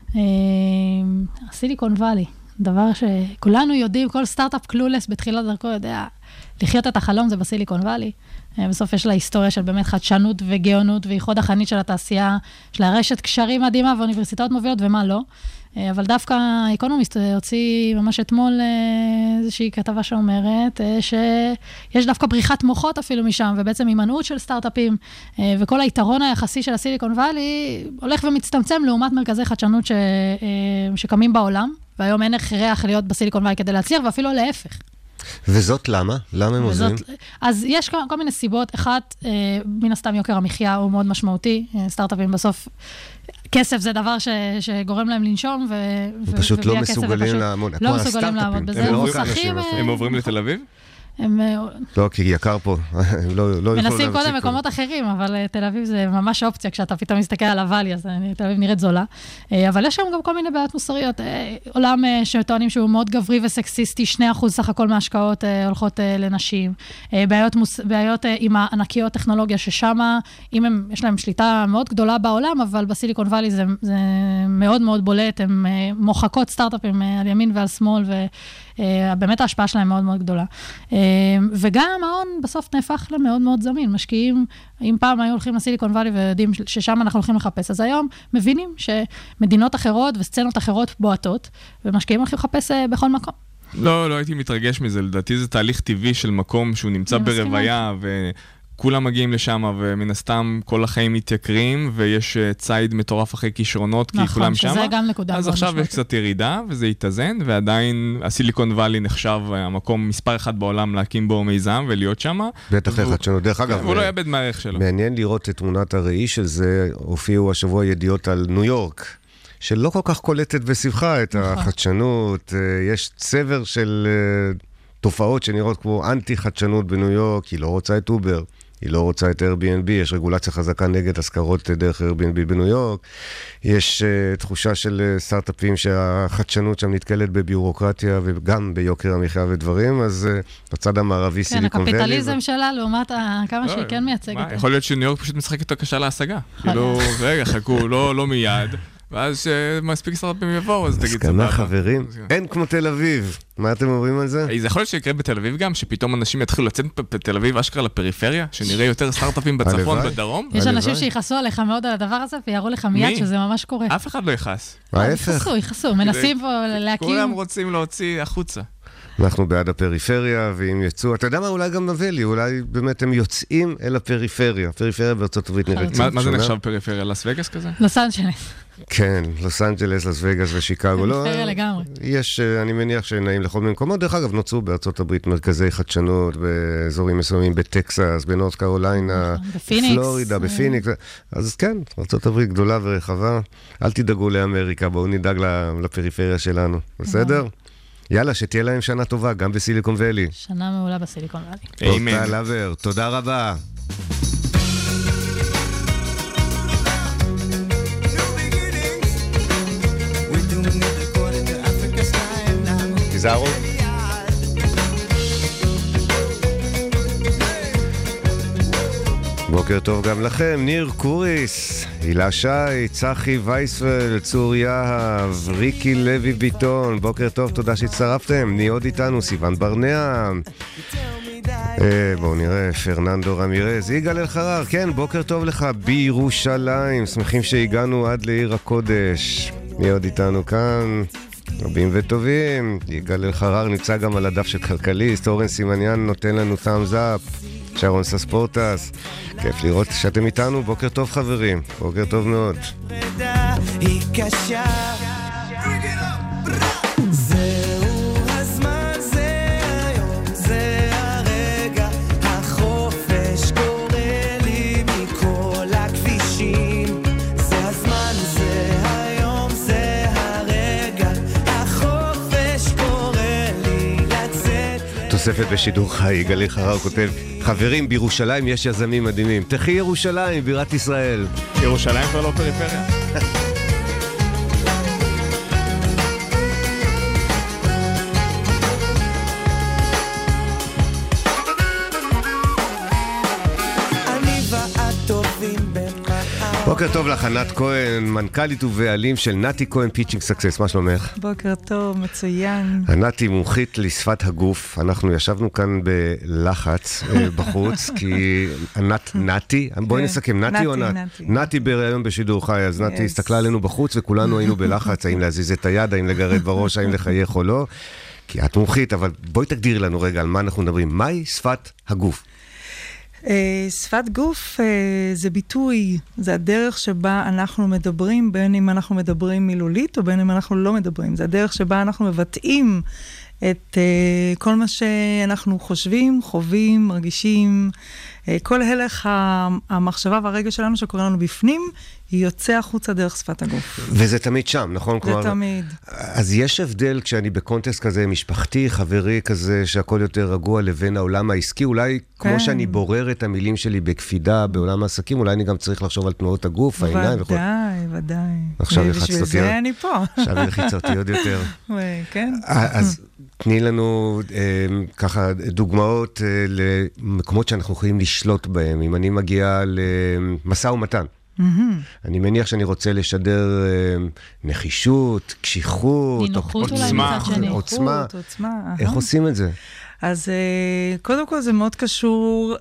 הסיליקון ואלי. דבר שכולנו יודעים, כל סטארט-אפ קלולס בתחילת דרכו יודע, לחיות את החלום זה בסיליקון ואלי. בסוף יש לה היסטוריה של באמת חדשנות וגאונות ויחוד החנית של התעשייה, יש לה רשת קשרים מדהימה ואוניברסיטאות מובילות ומה לא. אבל דווקא האקונומיסט הוציא ממש אתמול איזושהי כתבה שאומרת שיש דווקא בריחת מוחות אפילו משם, ובעצם הימנעות של סטארט-אפים, וכל היתרון היחסי של הסיליקון ואלי הולך ומצטמצם לעומת מרכזי חדשנות שקמים בעולם, והיום אין הכרח להיות בסיליקון ואלי כדי להצליח, ואפילו להפך. וזאת למה? למה הם עוזרים? אז יש כל מיני סיבות. אחת, מן הסתם יוקר המחיה הוא מאוד משמעותי. סטארט-אפים בסוף, כסף זה דבר שגורם להם לנשום, פשוט לא מסוגלים לעמוד. לא מסוגלים לעמוד בזה. הם עוברים לתל אביב? לא, כי יקר פה. מנסים קודם מקומות אחרים, אבל תל אביב זה ממש אופציה, כשאתה פתאום מסתכל על הוואלי, אז תל אביב נראית זולה. אבל יש שם גם כל מיני בעיות מוסריות. עולם שטוענים שהוא מאוד גברי וסקסיסטי, 2% סך הכל מההשקעות הולכות לנשים. בעיות עם הענקיות טכנולוגיה, ששם, אם יש להם שליטה מאוד גדולה בעולם, אבל בסיליקון ואלי זה מאוד מאוד בולט, הם מוחקות סטארט-אפים על ימין ועל שמאל, ובאמת ההשפעה שלהם מאוד מאוד גדולה. וגם ההון בסוף נהפך למאוד מאוד זמין. משקיעים, אם פעם היו הולכים לסיליקון ואלי ויודעים ששם אנחנו הולכים לחפש, אז היום מבינים שמדינות אחרות וסצנות אחרות בועטות, ומשקיעים הולכים לחפש בכל מקום. לא הייתי מתרגש מזה. לדעתי זה תהליך טבעי של מקום שהוא נמצא ברוויה, כולם מגיעים לשם, ומן הסתם כל החיים מתייקרים, ויש צייד מטורף אחרי כישרונות, כי כולם שם. נכון, שזה גם נקודה. אז עכשיו יש קצת ירידה, וזה יתאזן, ועדיין הסיליקון ואלי נחשב המקום מספר אחד בעולם להקים בו מיזם, ולהיות שם. בטח לחדשנות. דרך אגב, הוא לא יאבד מהערך שלו. מעניין לראות את תמונת הראי של זה, הופיעו השבוע ידיעות על ניו יורק, שלא כל כך קולטת בסבכה את החדשנות. יש צבר של תופעות שנראות כמו אנטי חדשנות בניו יורק, היא לא רוצה את אובר. היא לא רוצה את Airbnb, יש רגולציה חזקה נגד השכרות דרך Airbnb בניו יורק, יש תחושה של סטארט-אפים שהחדשנות שם נתקלת בביורוקרטיה וגם ביוקר המחיה ודברים, אז בצד המערבי סיליקון ואלי. כן, הקפיטליזם שלה לעומת כמה שהיא כן מייצגת. יכול להיות שניו יורק פשוט משחק יותר קשה להשגה. כאילו, רגע, חכו, לא מיד. ואז שמספיק סטארט-אפים יבואו, אז תגיד סבבה. חברים, אין כמו תל אביב. מה אתם אומרים על זה? זה יכול להיות שיקרה בתל אביב גם, שפתאום אנשים יתחילו לצאת בתל אביב אשכרה לפריפריה, שנראה יותר סטארט-אפים בצפון, בדרום. יש אנשים שיחסו עליך מאוד על הדבר הזה, ויראו לך מיד שזה ממש קורה. אף אחד לא יכעס. ההפך. יכעסו, מנסים פה להקים. כולם רוצים להוציא החוצה. אנחנו בעד הפריפריה, ואם יצאו, אתה יודע מה, אולי גם נביא לי, אולי באמת הם יוצאים אל הפריפריה. הפריפריה בארצות הברית נראית קצת שונה. מה זה נחשב פריפריה? לס וגאס כזה? לוס אנג'לס. כן, לוס אנג'לס, לס וגאס ושיקגו. פריפריה לגמרי. יש, אני מניח שנעים לכל מיני מקומות. דרך אגב, נוצרו בארצות הברית מרכזי חדשנות, באזורים מסוימים, בטקסס, בנורת' קרוליינה, בפלורידה, בפיניקס. אז כן, ארצות הברית גדולה ורחבה. אל תדאגו לאמריקה, בואו נדאג לפריפריה שלנו. בסדר? יאללה, שתהיה להם שנה טובה, גם בסיליקון ואלי. שנה מעולה בסיליקון ואלי. תודה לבר, תודה רבה. תיזהרו. בוקר טוב גם לכם, ניר קוריס, הילה שי, צחי וייספלד, צור יהב, ריקי לוי ביטון, בוקר טוב, תודה שהצטרפתם, מי עוד איתנו? סיוון ברנע, בואו נראה, פרננדו רמירז, יגאל אלחרר, כן, בוקר טוב לך, בירושלים, שמחים שהגענו עד לעיר הקודש, מי עוד איתנו כאן? רבים וטובים, יגאל אלחרר נמצא גם על הדף של כלכליסט, אורן סימניאן נותן לנו thumbs up, שרון סספורטס, כיף לראות שאתם איתנו, בוקר טוב חברים, בוקר טוב מאוד. היא קשה, זהו הזמן, זה היום, זה הרגע, החופש קורא לי מכל הכבישים, זה הזמן, זה היום, זה הרגע, החופש קורא לי לצאת. תוספת בשידור חי, יגאל אלחרר כותב, חברים, בירושלים יש יזמים מדהימים. תחי ירושלים, בירת ישראל. ירושלים כבר לא פריפריה. בוקר טוב לך, ענת כהן, מנכ"לית ובעלים של נתי כהן פיצ'ינג סקסס, מה שלומך? בוקר טוב, מצוין. ענת היא מומחית לשפת הגוף, אנחנו ישבנו כאן בלחץ בחוץ, כי ענת נתי, בואי נסכם, נתי או נת? נתי בראיון בשידור חי, אז נתי הסתכלה עלינו בחוץ וכולנו היינו בלחץ, האם להזיז את היד, האם לגרד בראש, האם לחייך או לא, כי את מומחית, אבל בואי תגדיר לנו רגע על מה אנחנו מדברים, מהי שפת הגוף? שפת גוף זה ביטוי, זה הדרך שבה אנחנו מדברים, בין אם אנחנו מדברים מילולית או בין אם אנחנו לא מדברים. זה הדרך שבה אנחנו מבטאים את כל מה שאנחנו חושבים, חווים, מרגישים, כל הלך המחשבה והרגע שלנו שקורה לנו בפנים, היא יוצא החוצה דרך שפת הגוף. וזה תמיד שם, נכון? זה תמיד. אז יש הבדל כשאני בקונטקסט כזה משפחתי, חברי כזה, שהכל יותר רגוע לבין העולם העסקי, אולי כמו שאני בורר את המילים שלי בקפידה בעולם העסקים, אולי אני גם צריך לחשוב על תנועות הגוף, העיניים וכו'. ודאי. עכשיו יחצת אותי. בשביל זה אני פה. עכשיו יחצת אותי עוד יותר. כן. אז תני לנו ככה דוגמאות למקומות שאנחנו יכולים לשלוט בהם. אם אני מגיע למשא ומתן, אני מניח שאני רוצה לשדר נחישות, קשיחות, עוצמה. איך עושים את זה? אז קודם כל זה מאוד קשור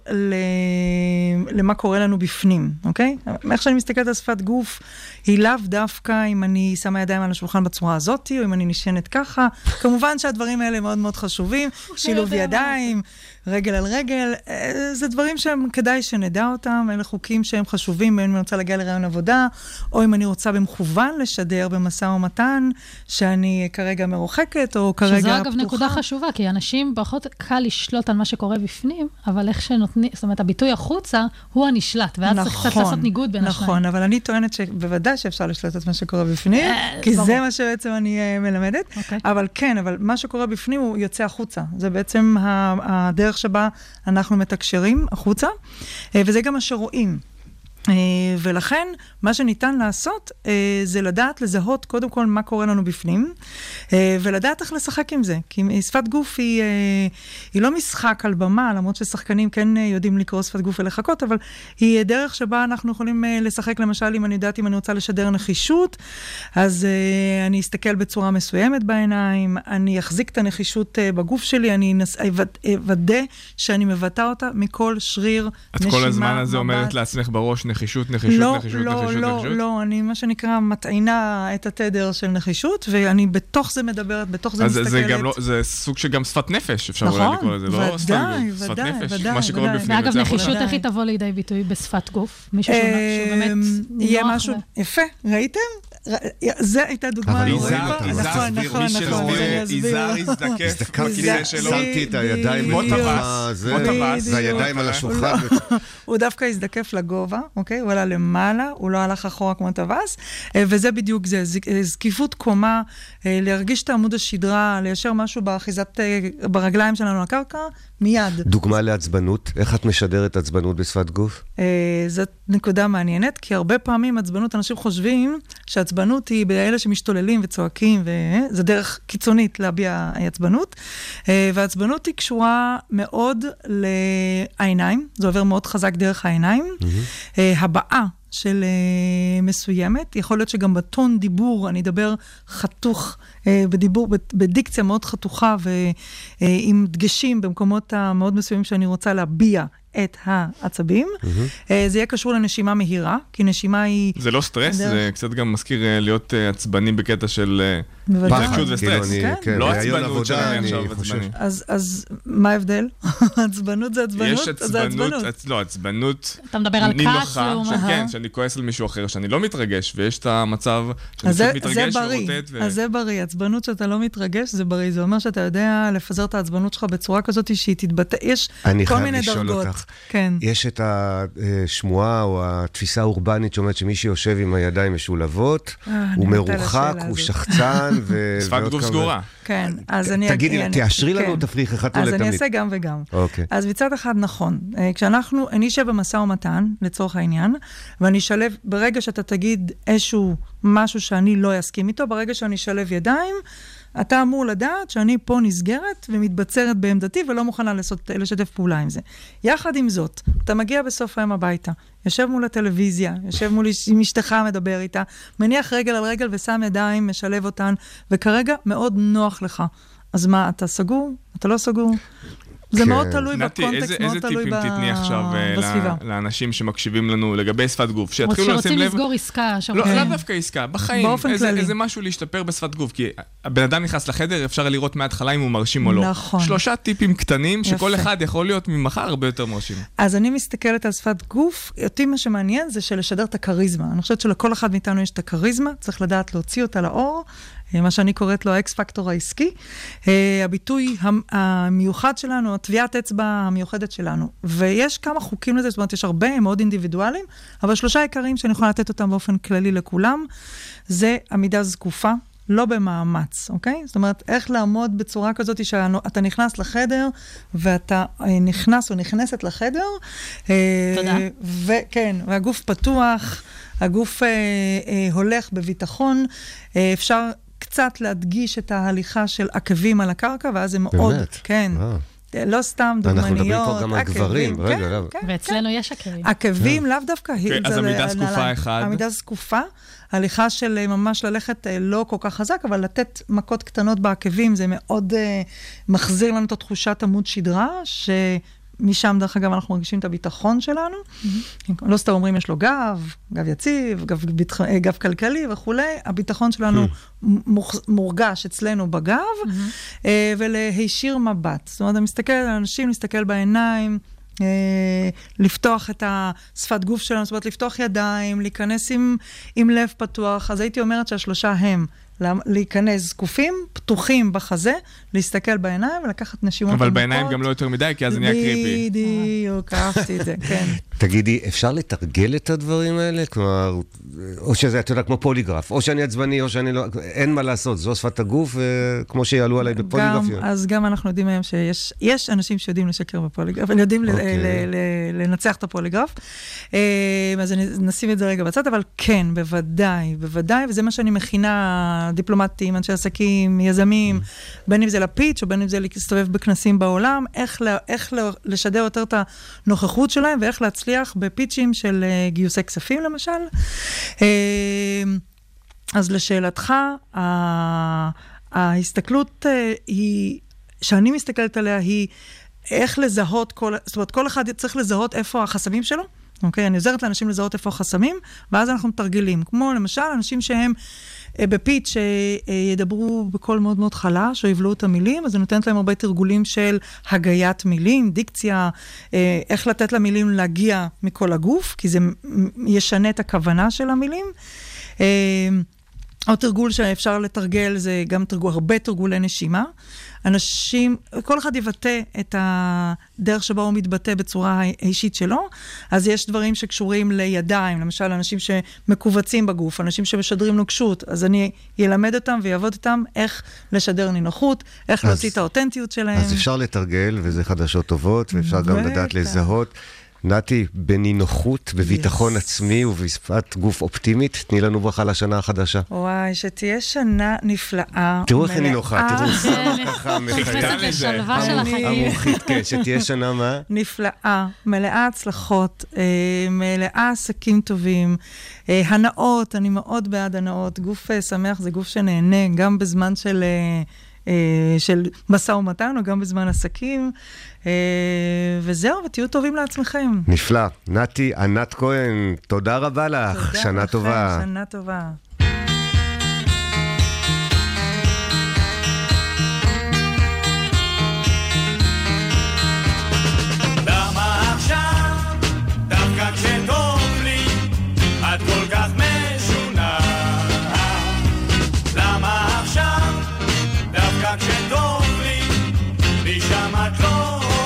למה קורה לנו בפנים, אוקיי? איך שאני מסתכלת על שפת גוף, היא לאו דווקא אם אני שמה ידיים על השולחן בצורה הזאת, או אם אני נשענת ככה. כמובן שהדברים האלה מאוד מאוד חשובים, שילוב ידיים, רגל על רגל, זה דברים שהם כדאי שנדע אותם, אלה חוקים שהם חשובים, בין אם אני רוצה להגיע לרעיון עבודה, או אם אני רוצה במכוון לשדר במשא ומתן, שאני כרגע מרוחקת, או כרגע פתוחה. שזו אגב נקודה חשובה, כי אנשים פחות קל לשלוט על מה שקורה בפנים, אבל איך שנותנים, זאת אומרת, הביטוי החוצה הוא הנשלט, ואז צריך קצת לעשות ניגוד בין השניים. נכון, אבל אני טוענת שבוודאי שאפשר לשלוט את מה שקורה בפנים, כי זה מה שבעצם אני מלמדת, אבל כן, אבל מה שקורה בפנים הוא יוצא החוצה. זה בעצם הדרך שבה אנחנו מתקשרים החוצה, וזה גם מה שרואים. ולכן, מה שניתן לעשות זה לדעת לזהות קודם כל מה קורה לנו בפנים, ולדעת איך לשחק עם זה. כי שפת גוף היא לא משחק על במה, למרות ששחקנים כן יודעים לקרוא שפת גוף ולחכות, אבל היא דרך שבה אנחנו יכולים לשחק, למשל, אם אני יודעת אם אני רוצה לשדר נחישות, אז אני אסתכל בצורה מסוימת בעיניים, אני אחזיק את הנחישות בגוף שלי, אני אוודא שאני מבטא אותה מכל שריר, נשימה, את כל הזמן הזה אומרת לעצמך בראש נחישות, נחישות, נחישות, נחישות. לא, אני מה שנקרא מטעינה את התדר של נחישות, ואני בתוך זה מדברת, בתוך זה מסתכלת. זה סוג שגם שפת נפש, אפשר אולי לקרוא לזה, לא שפת נפש, מה שקורה בפנים. ואגב, נחישות איך היא תבוא לידי ביטוי בשפת גוף? מישהו שבאמת יהיה משהו, יפה, ראיתם? זה הייתה דוגמה לא רואה. נכון, יזהר הזדקף בכיסא שלו. שמתי את הידיים זה הידיים על השולחן. הוא דווקא הזדקף לגובה, אוקיי? הוא עלה למעלה, הוא לא הלך אחורה כמו טווס, וזה בדיוק זה, זקיפות קומה, להרגיש את עמוד השדרה, ליישר משהו באחיזת, ברגליים שלנו לקרקע, מיד. דוגמה לעצבנות, איך את משדרת עצבנות בשפת גוף? זאת נקודה מעניינת, כי הרבה פעמים עצבנות, אנשים חושבים שהעצבנות היא באלה שמשתוללים וצועקים, וזה דרך קיצונית להביע עצבנות, והעצבנות היא קשורה מאוד לעיניים, זה עובר מאוד חזק דרך העיניים, הבעה של מסוימת, יכול להיות שגם בטון דיבור, אני אדבר חתוך, בדיבור, בדיקציה מאוד חתוכה, ועם דגשים במקומות המאוד מסוימים שאני רוצה להביע את העצבים. זה יהיה קשור לנשימה מהירה, כי נשימה היא... זה לא סטרס, זה קצת גם מזכיר להיות עצבני בקטע של התרגשות וסטרס. לא עצבנות שאני עכשיו עצבני. אז מה ההבדל? עצבנות זה עצבנות? יש עצבנות, לא, עצבנות... אתה מדבר על כעס לעומת... כן, שאני כועס על מישהו אחר, שאני לא מתרגש, ויש את המצב שאני קצת מתרגש ורוטט. אז זה בריא, עצבנות שאתה לא מתרגש, זה בריא. זה אומר שאתה יודע לפזר את העצבנות שלך בצורה כזאת שהיא תתבטא. יש כל מיני דרגות. כן. יש את השמועה או התפיסה האורבנית שאומרת שמי שיושב עם הידיים משולבות, הוא מרוחק, הוא שחצן. שפת גוף סגורה. כן, אז אני... תגידי, תאשרי לנו תפריך אחד ולתמיד. אז אני אעשה גם וגם. אז מצד אחד נכון, אני אשב במשא ומתן, לצורך העניין, ואני אשלב, ברגע שאתה תגיד איזשהו משהו שאני לא אסכים איתו, ברגע שאני אשלב ידיים, אתה אמור לדעת שאני פה נסגרת ומתבצרת בעמדתי ולא מוכנה לשתף פעולה עם זה. יחד עם זאת, אתה מגיע בסוף היום הביתה, יושב מול הטלוויזיה, יושב מול עם אשתך, מדבר איתה, מניח רגל על רגל ושם ידיים, משלב אותן, וכרגע מאוד נוח לך. אז מה, אתה סגור? אתה לא סגור? זה מאוד תלוי בקונטקסט, מאוד תלוי בסביבה. איזה טיפים תתני עכשיו לאנשים שמקשיבים לנו לגבי שפת גוף? שרוצים לסגור עסקה. לא דווקא עסקה, בחיים. איזה משהו להשתפר בשפת גוף. כי הבן אדם נכנס לחדר, אפשר לראות מההתחלה אם הוא מרשים או לא. נכון. 3 טיפים קטנים, שכל אחד יכול להיות ממחר הרבה יותר מרשים. אז אני מסתכלת על שפת גוף, אותי מה שמעניין זה שלשדר את הקריזמה. אני חושבת שלכל אחד מאיתנו יש את הקריזמה, צריך לדעת להוציא אותה לאור, מה שאני קוראת לו האקס פקטור העסקי, הביטוי המיוחד שלנו, הטביעת אצבע המיוחדת שלנו. ויש כמה חוקים לזה, זאת אומרת, יש הרבה, הם מאוד אינדיבידואליים, אבל 3 עיקרים שאני יכולה לתת אותם באופן כללי לכולם, זה עמידה זקופה, לא במאמץ, אוקיי? זאת אומרת, איך לעמוד בצורה כזאת שאתה נכנס לחדר, ואתה נכנס או נכנסת לחדר, תודה. וכן, והגוף פתוח, הגוף הולך בביטחון, אפשר קצת להדגיש את ההליכה של עקבים על הקרקע, ואז זה מאוד, כן. לא סתם דוגמניות. אנחנו מדברים פה גם על גברים. ואצלנו יש עקבים. עקבים לאו דווקא. אז עמידה זקופה אחד. עמידה זקופה, הליכה של ממש ללכת לא כל כך חזק, אבל לתת מכות קטנות בעקבים, זה מאוד מחזיר לנו את תחושת עמוד שדרה, משם, דרך אגב, אנחנו מרגישים את הביטחון שלנו. לא סתם אומרים, יש לו גב, גב יציב, גב כלכלי וכו'. הביטחון שלנו מורגש אצלנו בגב, ולהישיר מבט. זאת אומרת, מסתכל על אנשים, להסתכל בעיניים, לפתוח את השפת גוף שלנו, זאת אומרת, לפתוח ידיים, להיכנס עם לב פתוח. אז הייתי אומרת שה3 הם להיכנס זקופים, פתוחים בחזה, להסתכל בעיניים ולקחת נשימות. אבל בעיניים גם לא יותר מדי, כי אז נהיה קריפי. בדיוק, אהבתי את זה, כן. תגידי, אפשר לתרגל את הדברים האלה? כלומר, או שזה, אתה יודע, כמו פוליגרף, או שאני עצבני, או שאני לא, אין מה לעשות, זו שפת הגוף, כמו שיעלו עליי בפוליגרף. אז גם אנחנו יודעים היום שיש אנשים שיודעים לשקר בפוליגרף, הם יודעים לנצח את הפוליגרף. אז נשים את זה רגע בצד, אבל כן, בוודאי, וזה מה שאני מכינה, דיפלומטים, אנשי עסקים, יזמים, בין אם זה לפיץ' או בין אם זה להסתובב בכנסים בעולם, איך לשדר יותר את הנוכחות שלהם, ואיך להצליח בפיצ'ים של גיוסי כספים למשל. אז לשאלתך, ההסתכלות היא, שאני מסתכלת עליה, היא איך לזהות זאת אומרת, כל אחד צריך לזהות איפה החסמים שלו. אוקיי? אני עוזרת לאנשים לזהות איפה החסמים, ואז אנחנו מתרגלים. כמו למשל, אנשים שהם בפיץ' שידברו בקול מאוד מאוד חלש, או יבלעו את המילים, אז אני נותנת להם הרבה תרגולים של הגיית מילים, דיקציה, איך לתת למילים להגיע מכל הגוף, כי זה ישנה את הכוונה של המילים. עוד תרגול שאפשר לתרגל, זה גם הרבה תרגולי נשימה. אנשים, כל אחד יבטא את הדרך שבה הוא מתבטא בצורה האישית שלו, אז יש דברים שקשורים לידיים, למשל אנשים שמקובצים בגוף, אנשים שמשדרים נוקשות, אז אני ילמד אותם ויעבוד אותם איך לשדר נינוחות, איך להוציא את האותנטיות שלהם. אז אפשר לתרגל, וזה חדשות טובות, ואפשר גם לדעת לזהות. נתי, בנינוחות, בביטחון עצמי ובשפת גוף אופטימית, תני לנו ברכה לשנה החדשה. וואי, שתהיה שנה נפלאה. תראו איך אני נוחה, תראו שמה ככה נכנסת לשלווה של החיים. המוחית, כן, שתהיה שנה מה? נפלאה, מלאה הצלחות, מלאה עסקים טובים, הנאות, אני מאוד בעד הנאות, גוף שמח זה גוף שנהנה, גם בזמן של מסע ומתן, או גם בזמן עסקים, וזהו, ותהיו טובים לעצמכם. נפלא. נתי, ענת כהן, תודה רבה לך. שנה טובה. שנה טובה. למה עכשיו, דווקא כשטוב לי, את כל כך משונה? למה עכשיו, דווקא כשטוב לי, לי שם את לא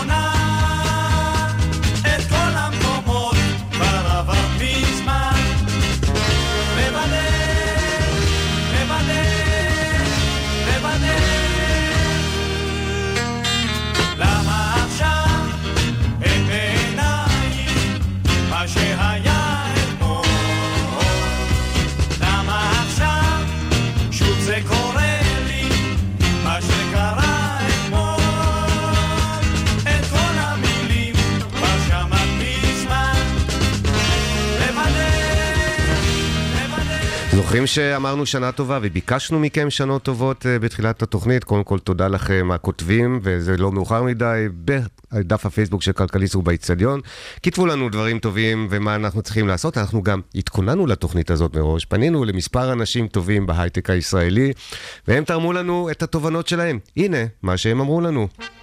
זוכרים שאמרנו שנה טובה וביקשנו מכם שנות טובות בתחילת התוכנית. קודם כל תודה לכם הכותבים, וזה לא מאוחר מדי, בדף הפייסבוק של כלכליסט ובאצטדיון. כתבו לנו דברים טובים ומה אנחנו צריכים לעשות. אנחנו גם התכוננו לתוכנית הזאת מראש, פנינו למספר אנשים טובים בהייטק הישראלי, והם תרמו לנו את התובנות שלהם. הנה מה שהם אמרו לנו.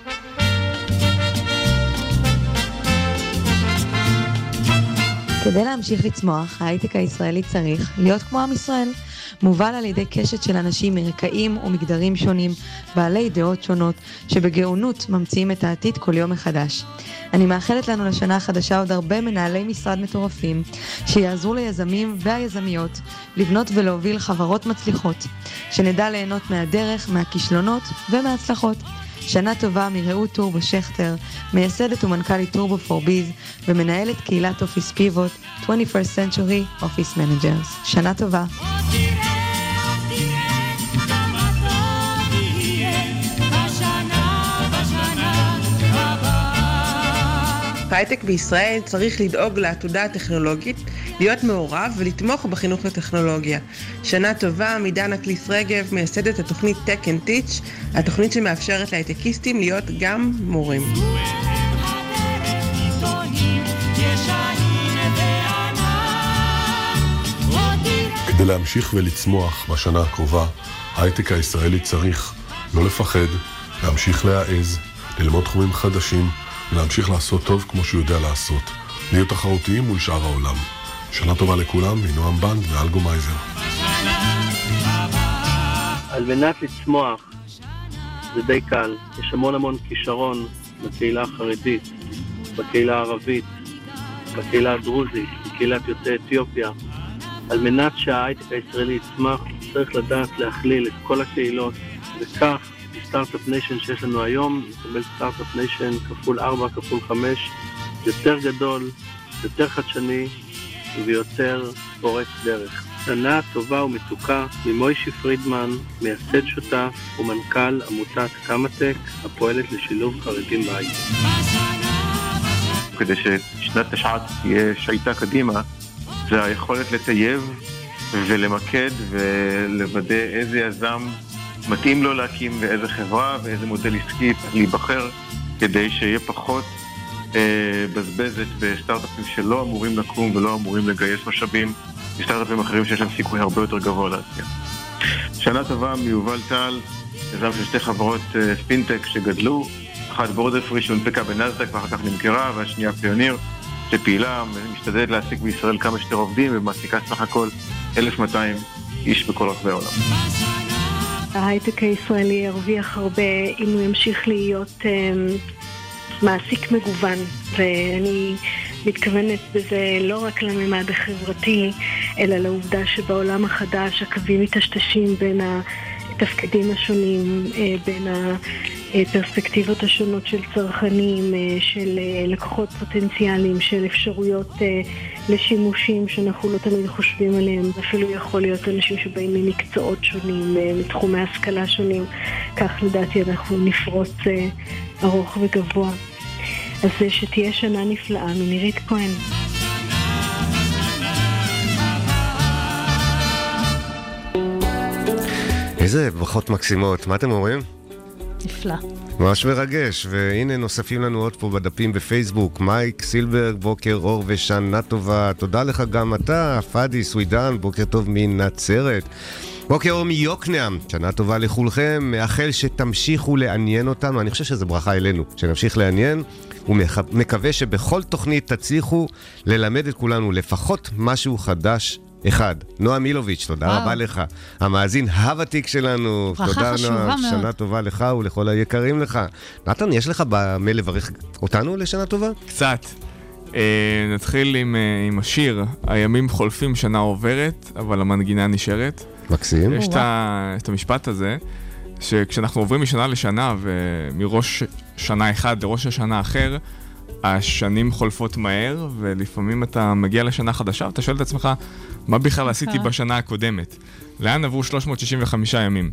כדי להמשיך לצמוח, ההייטק הישראלי צריך להיות כמו עם ישראל, מובל על ידי קשת של אנשים מרקעים ומגדרים שונים, בעלי דעות שונות, שבגאונות ממציאים את העתיד כל יום מחדש. אני מאחלת לנו לשנה החדשה עוד הרבה מנהלי משרד מטורפים, שיעזרו ליזמים והיזמיות לבנות ולהוביל חברות מצליחות, שנדע ליהנות מהדרך, מהכישלונות ומההצלחות. שנה טובה מרעות טורבו שכטר, מייסדת ומנכ"לית טורבו פור ביז, ומנהלת קהילת אופיס פיבוט, 21st Century Office Managers. שנה טובה. ההייטק בישראל צריך לדאוג לעתודה הטכנולוגית, להיות מעורב ולתמוך בחינוך לטכנולוגיה. שנה טובה מדנה קליס רגב, מייסדת התוכנית Tech and Teach, התוכנית שמאפשרת להייטקיסטים להיות גם מורים. כדי להמשיך ולצמוח בשנה הקרובה, ההייטק הישראלי צריך לא לפחד, להמשיך להעז, ללמוד תחומים חדשים, ולהמשיך לעשות טוב כמו שהוא יודע לעשות. להיות תחרותיים מול שאר העולם. שנה טובה לכולם, מנועם בנד ואלגו מייזר. על מנת לצמוח זה די קל. יש המון כישרון בקהילה החרדית, בקהילה הערבית, בקהילה הדרוזית, בקהילת יוצאי אתיופיה. על מנת שההייטק הישראלי יצמח, צריך לדעת להכליל את כל הקהילות, וכך סטארט-אפ ניישן שיש לנו היום, נקבל סטארט-אפ ניישן כפול 4, כפול 5, יותר גדול, יותר חדשני ויותר פורץ דרך. שנה טובה ומתוקה ממוישי פרידמן, מייסד שותף ומנכ"ל עמותת קמא-טק, הפועלת לשילוב חרדים בהייטק. כדי ששנת תשע"ט תהיה שהייתה קדימה, זה היכולת לטייב ולמקד ולוודא איזה יזם מתאים לו להקים ואיזה חברה ואיזה מודל עסקי להיבחר, כדי שיהיה פחות בזבזת בסטארט-אפים שלא אמורים לקום ולא אמורים לגייס משאבים בסטארט-אפים אחרים שיש להם סיכוי הרבה יותר גבוה להציע. שנה טובה מיובל טל, יזם של שתי חברות פינטק שגדלו, אחת בורדר פרי שהונפקה בנאסד"ק ואחר כך נמכרה, והשנייה פיוניר שפעילה, משתדלת להעסיק בישראל כמה שיותר עובדים ומעסיקה סך הכל 1,200 איש בכל רחבי העולם. ההייטק הישראלי ירוויח הרבה אם הוא ימשיך להיות מעסיק מגוון, ואני מתכוונת בזה לא רק לממד החברתי, אלא לעובדה שבעולם החדש הקווים מתשתשים בין התפקידים השונים, בין הפרספקטיבות השונות של צרכנים, של לקוחות פוטנציאליים, של אפשרויות לשימושים שאנחנו לא תמיד חושבים עליהם. אפילו יכול להיות אנשים שבאים ממקצועות שונים, מתחומי השכלה שונים. כך לדעתי אנחנו נפרוץ ארוך וגבוה. אז שתהיה שנה נפלאה מנירית כהן. איזה ברכות מקסימות, מה אתם אומרים? נפלא. ממש מרגש, והנה נוספים לנו עוד פה בדפים בפייסבוק, מייק סילברג, בוקר אור ושנה טובה, תודה לך גם אתה, פאדי סווידן, בוקר טוב מנצרת, בוקר אור מיוקנעם, שנה טובה לכולכם, מאחל שתמשיכו לעניין אותנו, אני חושב שזו ברכה אלינו, שנמשיך לעניין, ומקווה שבכל תוכנית תצליחו ללמד את כולנו לפחות משהו חדש אחד. נועה מילוביץ', תודה רבה לך. המאזין הוותיק שלנו. תודה נועה, שנה טובה לך ולכל היקרים לך. נתן, יש לך במה לברך אותנו לשנה טובה? קצת. נתחיל עם השיר, הימים חולפים שנה עוברת, אבל המנגינה נשארת. מקסים. יש את המשפט הזה, שכשאנחנו עוברים משנה לשנה, ומראש שנה אחד לראש השנה אחר, השנים חולפות מהר, ולפעמים אתה מגיע לשנה חדשה, ואתה שואל את עצמך, מה בכלל עשיתי בשנה הקודמת? לאן עברו 365 ימים?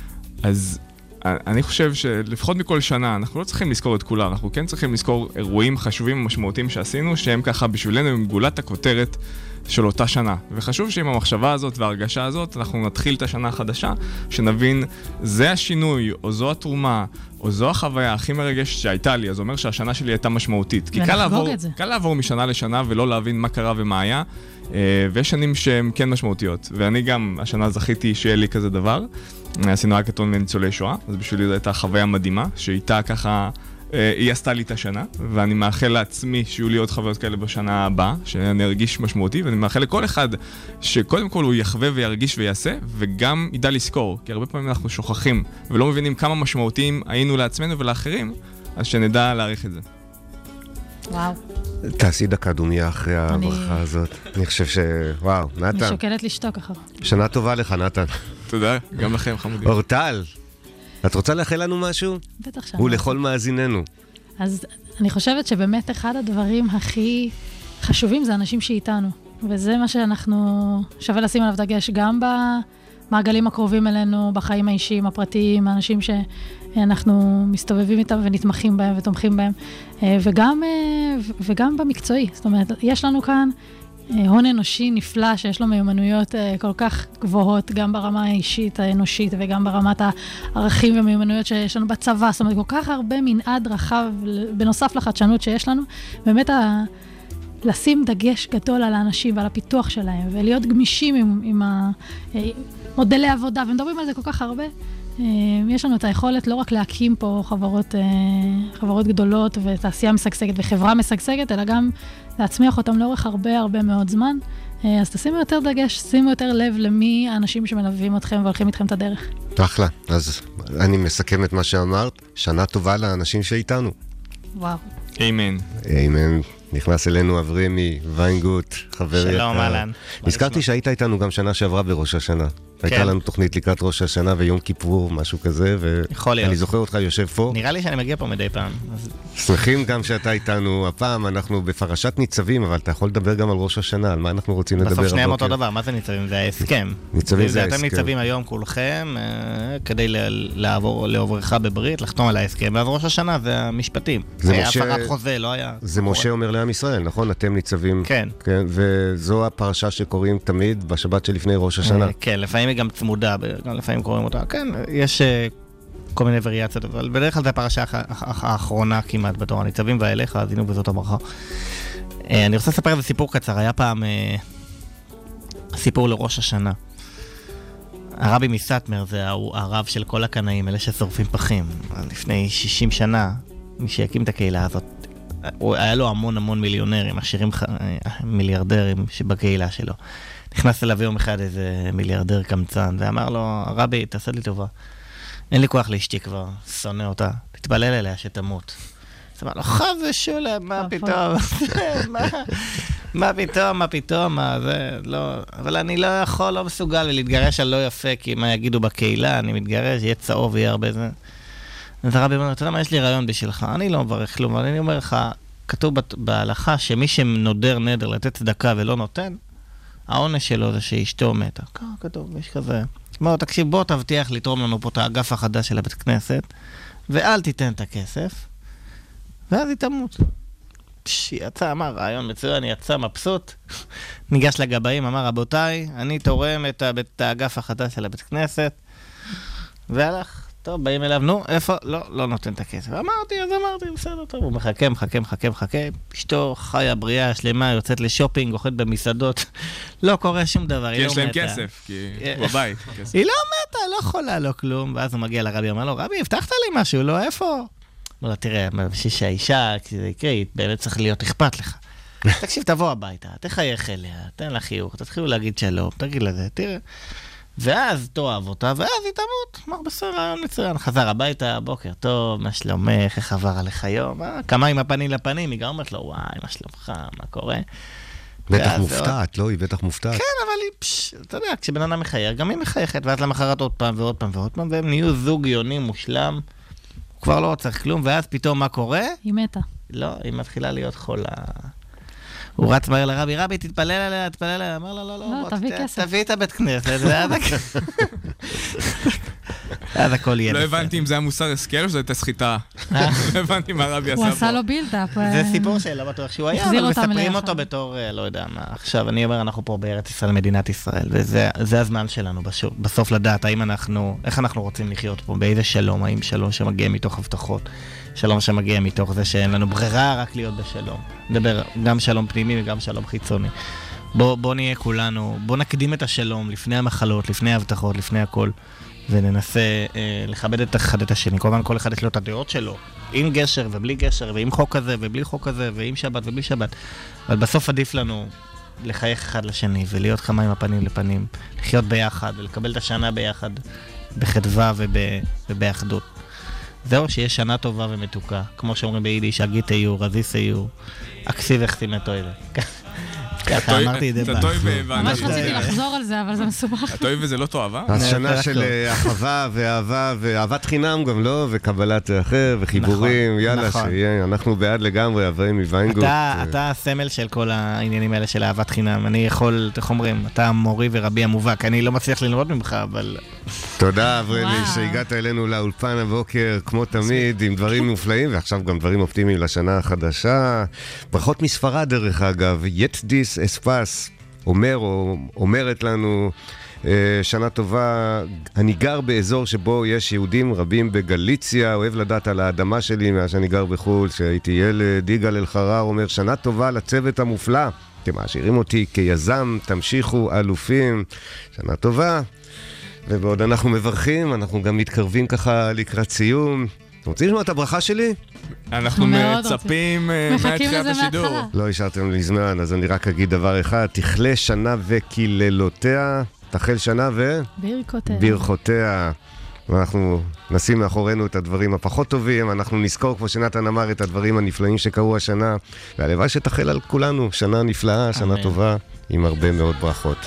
אז אני חושב שלפחות מכל שנה, אנחנו לא צריכים לזכור את כולה, אנחנו כן צריכים לזכור אירועים חשובים ומשמעותיים שעשינו, שהם ככה בשבילנו עם גולת הכותרת של אותה שנה. וחשוב שעם המחשבה הזאת וההרגשה הזאת, אנחנו נתחיל את השנה החדשה, שנבין, זה השינוי, או זו התרומה, או זו החוויה הכי מרגשת שהייתה לי, אז אומר שהשנה שלי הייתה משמעותית. כי קל לעבור משנה לשנה ולא להבין מה קרה ומה היה, ויש שנים שהן כן משמעותיות. ואני גם, השנה זכיתי שיהיה לי כזה דבר. עשינו הקטון לניצולי שואה, אז בשבילי זו הייתה חוויה מדהימה, שאיתה ככה, היא עשתה לי את השנה, ואני מאחל לעצמי שיהיו לי עוד חוויות כאלה בשנה הבאה, שאני ארגיש משמעותי, ואני מאחל לכל אחד שקודם כל הוא יחווה וירגיש ויעשה, וגם ידע לזכור, כי הרבה פעמים אנחנו שוכחים, ולא מבינים כמה משמעותיים היינו לעצמנו ולאחרים, אז שנדע להעריך את זה. וואו. תעשי דקה דומיה אחרי הברכה הזאת. אני חושב וואו, נתן. אני שוקלת לשתוק אחר. שנה טובה לך, נתן. תודה, גם לכם חמודים. אורטל, את רוצה לאחל לנו משהו? בטח שאני. ולכל מאזיננו. אז אני חושבת שבאמת אחד הדברים הכי חשובים זה אנשים שאיתנו. וזה מה שאנחנו שווה לשים עליו דגש גם במעגלים הקרובים אלינו, בחיים האישיים, הפרטיים, האנשים שאנחנו מסתובבים איתם ונתמכים בהם ותומכים בהם, וגם במקצועי. זאת אומרת, יש לנו כאן הון אנושי נפלא שיש לו מיומנויות כל כך גבוהות, גם ברמה האישית האנושית וגם ברמת הערכים ומיומנויות שיש לנו בצבא. זאת אומרת, כל כך הרבה מנעד רחב, בנוסף לחדשנות שיש לנו, באמת לשים דגש גדול על האנשים ועל הפיתוח שלהם, ולהיות גמישים עם מודלי עבודה, ומדברים על זה כל כך הרבה. יש לנו את היכולת לא רק להקים פה חברות גדולות ותעשייה משגשגת וחברה משגשגת, אלא גם להצמיח אותם לאורך הרבה מאוד זמן. אז תשימו יותר דגש, שימו יותר לב למי האנשים שמלווים אתכם והולכים איתכם את הדרך. אחלה. אז אני מסכם את מה שאמרת. שנה טובה לאנשים שאיתנו. וואו. אמן. אמן. נכנס אלינו אברמי ויינגוט, חבר יקר. שלום, אהלן. נזכרתי שהיית איתנו גם שנה שעברה בראש השנה. הייתה לנו תוכנית לקראת ראש השנה ויום כיפור, משהו כזה, ואני זוכר אותך יושב פה. נראה לי שאני מגיע פה מדי פעם. שמחים גם שאתה איתנו. הפעם אנחנו בפרשת ניצבים, אבל אתה יכול לדבר גם על ראש השנה, על מה אנחנו רוצים לדבר. בסוף שניהם אותו דבר, מה זה ניצבים? זה ההסכם. ניצבים זה ההסכם. אתם ניצבים היום כולכם, כדי לעבורך בברית, לחתום על ההסכם, ואז ראש השנה זה המשפטים. היה הפרת חוזה, לא היה... זה משה אומר לעם ישראל, נכון? אתם ניצבים. כן. וזו הפרשה שקוראים תמיד בשבת שלפני ראש השנה. כן, לפעמים היא גם צמודה, לפעמים קוראים אותה. כן, יש כל מיני וריאציות, אבל בדרך כלל זה הפרשה האחרונה כמעט בתורה, ניצבים ואליך, אז הנה בזאת הברכה. אני רוצה לספר איזה סיפור קצר, היה פעם סיפור לראש השנה. הרבי מסטמר זה הרב של כל הקנאים, אלה ששורפים פחים. לפני 60 שנה, מי שהקים את הקהילה הזאת, היה לו המון מיליונרים, עשירים מיליארדרים שבקהילה שלו. נכנס אליו יום אחד איזה מיליארדר קמצן, ואמר לו, הרבי, תעשה לי טובה. אין לי כוח לאשתי כבר, שונא אותה. תתפלל אליה שתמות. אז אמר לו, חס ושלום, מה פתאום? מה פתאום? אבל אני לא יכול, לא מסוגל להתגרש על לא יפה, כי מה יגידו בקהילה, אני מתגרש, יהיה צהוב, יהיה הרבה זה. אז הרבי אומר, אתה יודע מה, יש לי רעיון בשבילך, אני לא מברך כלום, אבל אני אומר לך, כתוב בהלכה שמי שנודר נדר לתת צדקה ולא נותן, העונש שלו זה שאשתו מתה. כתוב, יש כזה. אומר, תקשיב, בוא תבטיח לתרום לנו פה את האגף החדש של הבית כנסת, ואל תיתן את הכסף, ואז היא תמות. יצא, אמר, רעיון מצוין, יצא מבסוט, ניגש לגבאים, אמר, רבותיי, אני תורם את האגף החדש של הבית כנסת, והלך. טוב, באים אליו, נו, איפה? לא נותן את הכסף. אמרתי, בסדר, טוב, הוא מחכה, אשתו חיה, בריאה, שלמה, יוצאת לשופינג, אוכלת במסעדות, לא קורה שום דבר, היא לא מתה. כי יש להם כסף, כי הוא בבית. היא לא מתה, לא יכולה, לא כלום, ואז הוא מגיע לרבי, אומר לו, רבי, הבטחת לי משהו, לא, איפה? אומר לו, תראה, בשביל שהאישה, כשזה יקרה, היא באמת צריך להיות אכפת לך. תקשיב, תבוא הביתה, תחייך אליה, תן לה חיוך, תתחילו להגיד שלום, תגיד לזה, תראה. ואז תאהב אותה, ואז היא תמות. אמר, בסדר, מצוין. חזר הביתה, בוקר טוב, מה שלומך, איך עבר עליך היום? כמה עם הפנים לפנים, היא גם אומרת לו, וואי, מה שלומך, מה קורה? בטח מופתעת, לא? היא בטח מופתעת. כן, אבל היא, אתה יודע, כשבן אדם מחייך, גם היא מחייכת, ואז למחרת עוד פעם ועוד פעם ועוד פעם, והם נהיו זוג יוני מושלם, הוא כבר לא צריך כלום, ואז פתאום מה קורה? היא מתה. לא, היא מתחילה להיות חולה. הוא רץ מהר לרבי, רבי, תתפלל עליה, אמר לה, לא, תביא את הבית כנסת, ואז הכל יהיה. לא הבנתי אם זה היה מוסר השכל או שזה הייתה סחיטה. לא הבנתי מה רבי עשה פה. הוא עשה לו בילדאפ. זה סיפור שלא בטוח שהוא היה, אבל מספרים אותו בתור, לא יודע מה. עכשיו, אני אומר, אנחנו פה בארץ ישראל, מדינת ישראל, וזה הזמן שלנו בסוף לדעת איך אנחנו רוצים לחיות פה, באיזה שלום, האם שלום שמגיע מתוך הבטחות, שלום שמגיע מתוך זה שאין לנו ברירה רק להיות בשלום. נדבר גם שלום פנימי וגם שלום חיצוני. בוא נהיה כולנו, בוא נקדים את השלום לפני המחלות, לפני ההבטחות, לפני הכל, וננסה לכבד את אחד את השני. כמובן כל אחד יש לו את הדעות שלו, עם גשר ובלי גשר, ועם חוק כזה ובלי חוק כזה, ועם שבת ובלי שבת. אבל בסוף עדיף לנו לחייך אחד לשני, ולהיות כמה עם הפנים לפנים, לחיות ביחד, ולקבל את השנה ביחד, בחדווה ובאחדות. זהו, שיש שנה טובה ומתוקה. כמו שאומרים ביידיש, אגית איור, רזיס איור, אקסיב אכסים את אוהב. ככה אמרתי את זה. ממש רציתי לחזור על זה, אבל זה מסובך. אתה אוהב וזה לא תאהבה? אז שנה של אחווה ואהבה, ואהבת חינם גם לא, וקבלת האחר, וחיבורים, יאללה, שיהיה, אנחנו בעד לגמרי, אברהם מוויינגוט. אתה הסמל של כל העניינים האלה של אהבת חינם. אני יכול, איך אומרים, אתה מורי ורבי המובהק. אני לא מצליח ללמוד ממך, אבל... תודה, אברהם, שהגעת אלינו לאולפן הבוקר, כמו תמיד, עם דברים מופלאים, ועכשיו גם דברים אופטימיים לשנה החדשה. ברכות מספרד, דרך אגב, יטדיס אספס, אומרת לנו, שנה טובה, אני גר באזור שבו יש יהודים רבים בגליציה, אוהב לדעת על האדמה שלי מאז שאני גר בחול, שהייתי ילד. יגאל אלחרר אומר, שנה טובה לצוות המופלא, אתם מעשירים אותי כיזם, תמשיכו אלופים, שנה טובה. ובעוד אנחנו מברכים, אנחנו גם מתקרבים ככה לקראת סיום. אתם רוצים לשמוע את הברכה שלי? אנחנו מצפים מהתחילת השידור. לא השארתם לי זמן, אז אני רק אגיד דבר אחד, תכלה שנה וקיללותיה, תחל שנה ברכותיה. ברכותיה. ואנחנו נשים מאחורינו את הדברים הפחות טובים, אנחנו נזכור, כמו שנתן אמר, את הדברים הנפלאים שקרו השנה, והלוואי שתחל על כולנו שנה נפלאה, שנה טובה, עם הרבה מאוד ברכות.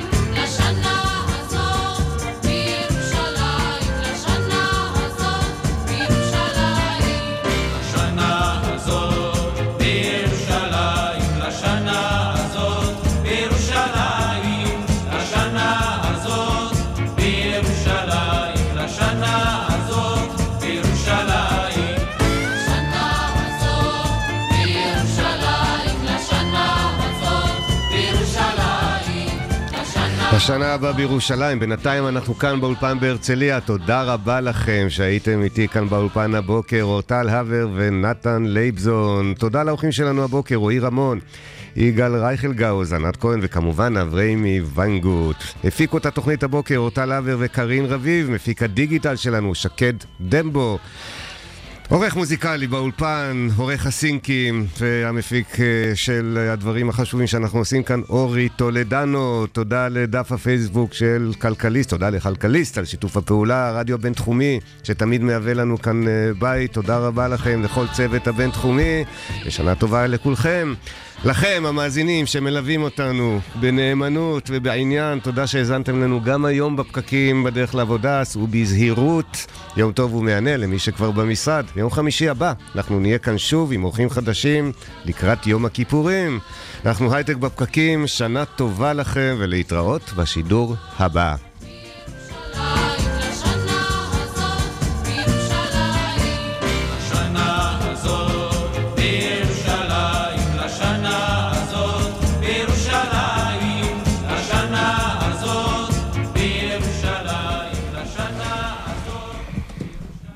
השנה הבאה בירושלים, בינתיים אנחנו כאן באולפן בהרצליה, תודה רבה לכם שהייתם איתי כאן באולפן הבוקר, אורטל הבר ונתן לייבזון, תודה לאורחים שלנו הבוקר, רועי רמון, יגאל רייכלגאוז, ענת כהן וכמובן אבריימי ונגוט. הפיקו את התוכנית הבוקר אורטל הבר וקרין רביב, מפיק הדיגיטל שלנו שקד דמבו, עורך מוזיקלי באולפן, עורך הסינקים והמפיק של הדברים החשובים שאנחנו עושים כאן, אורי טולדנו. תודה לדף הפייסבוק של כלכליסט, תודה לכלכליסט על שיתוף הפעולה, הרדיו הבינתחומי שתמיד מהווה לנו כאן בית. תודה רבה לכם, לכל צוות הבינתחומי, ושנה טובה לכולכם. לכם המאזינים שמלווים אותנו בנאמנות ובעניין, תודה שהזנתם לנו גם היום בפקקים בדרך לעבודה, סעו בזהירות, יום טוב ומענה למי שכבר במשרד. יום חמישי הבא אנחנו נהיה כאן שוב עם אורחים חדשים לקראת יום הכיפורים. אנחנו הייטק בפקקים, שנה טובה לכם ולהתראות בשידור הבא.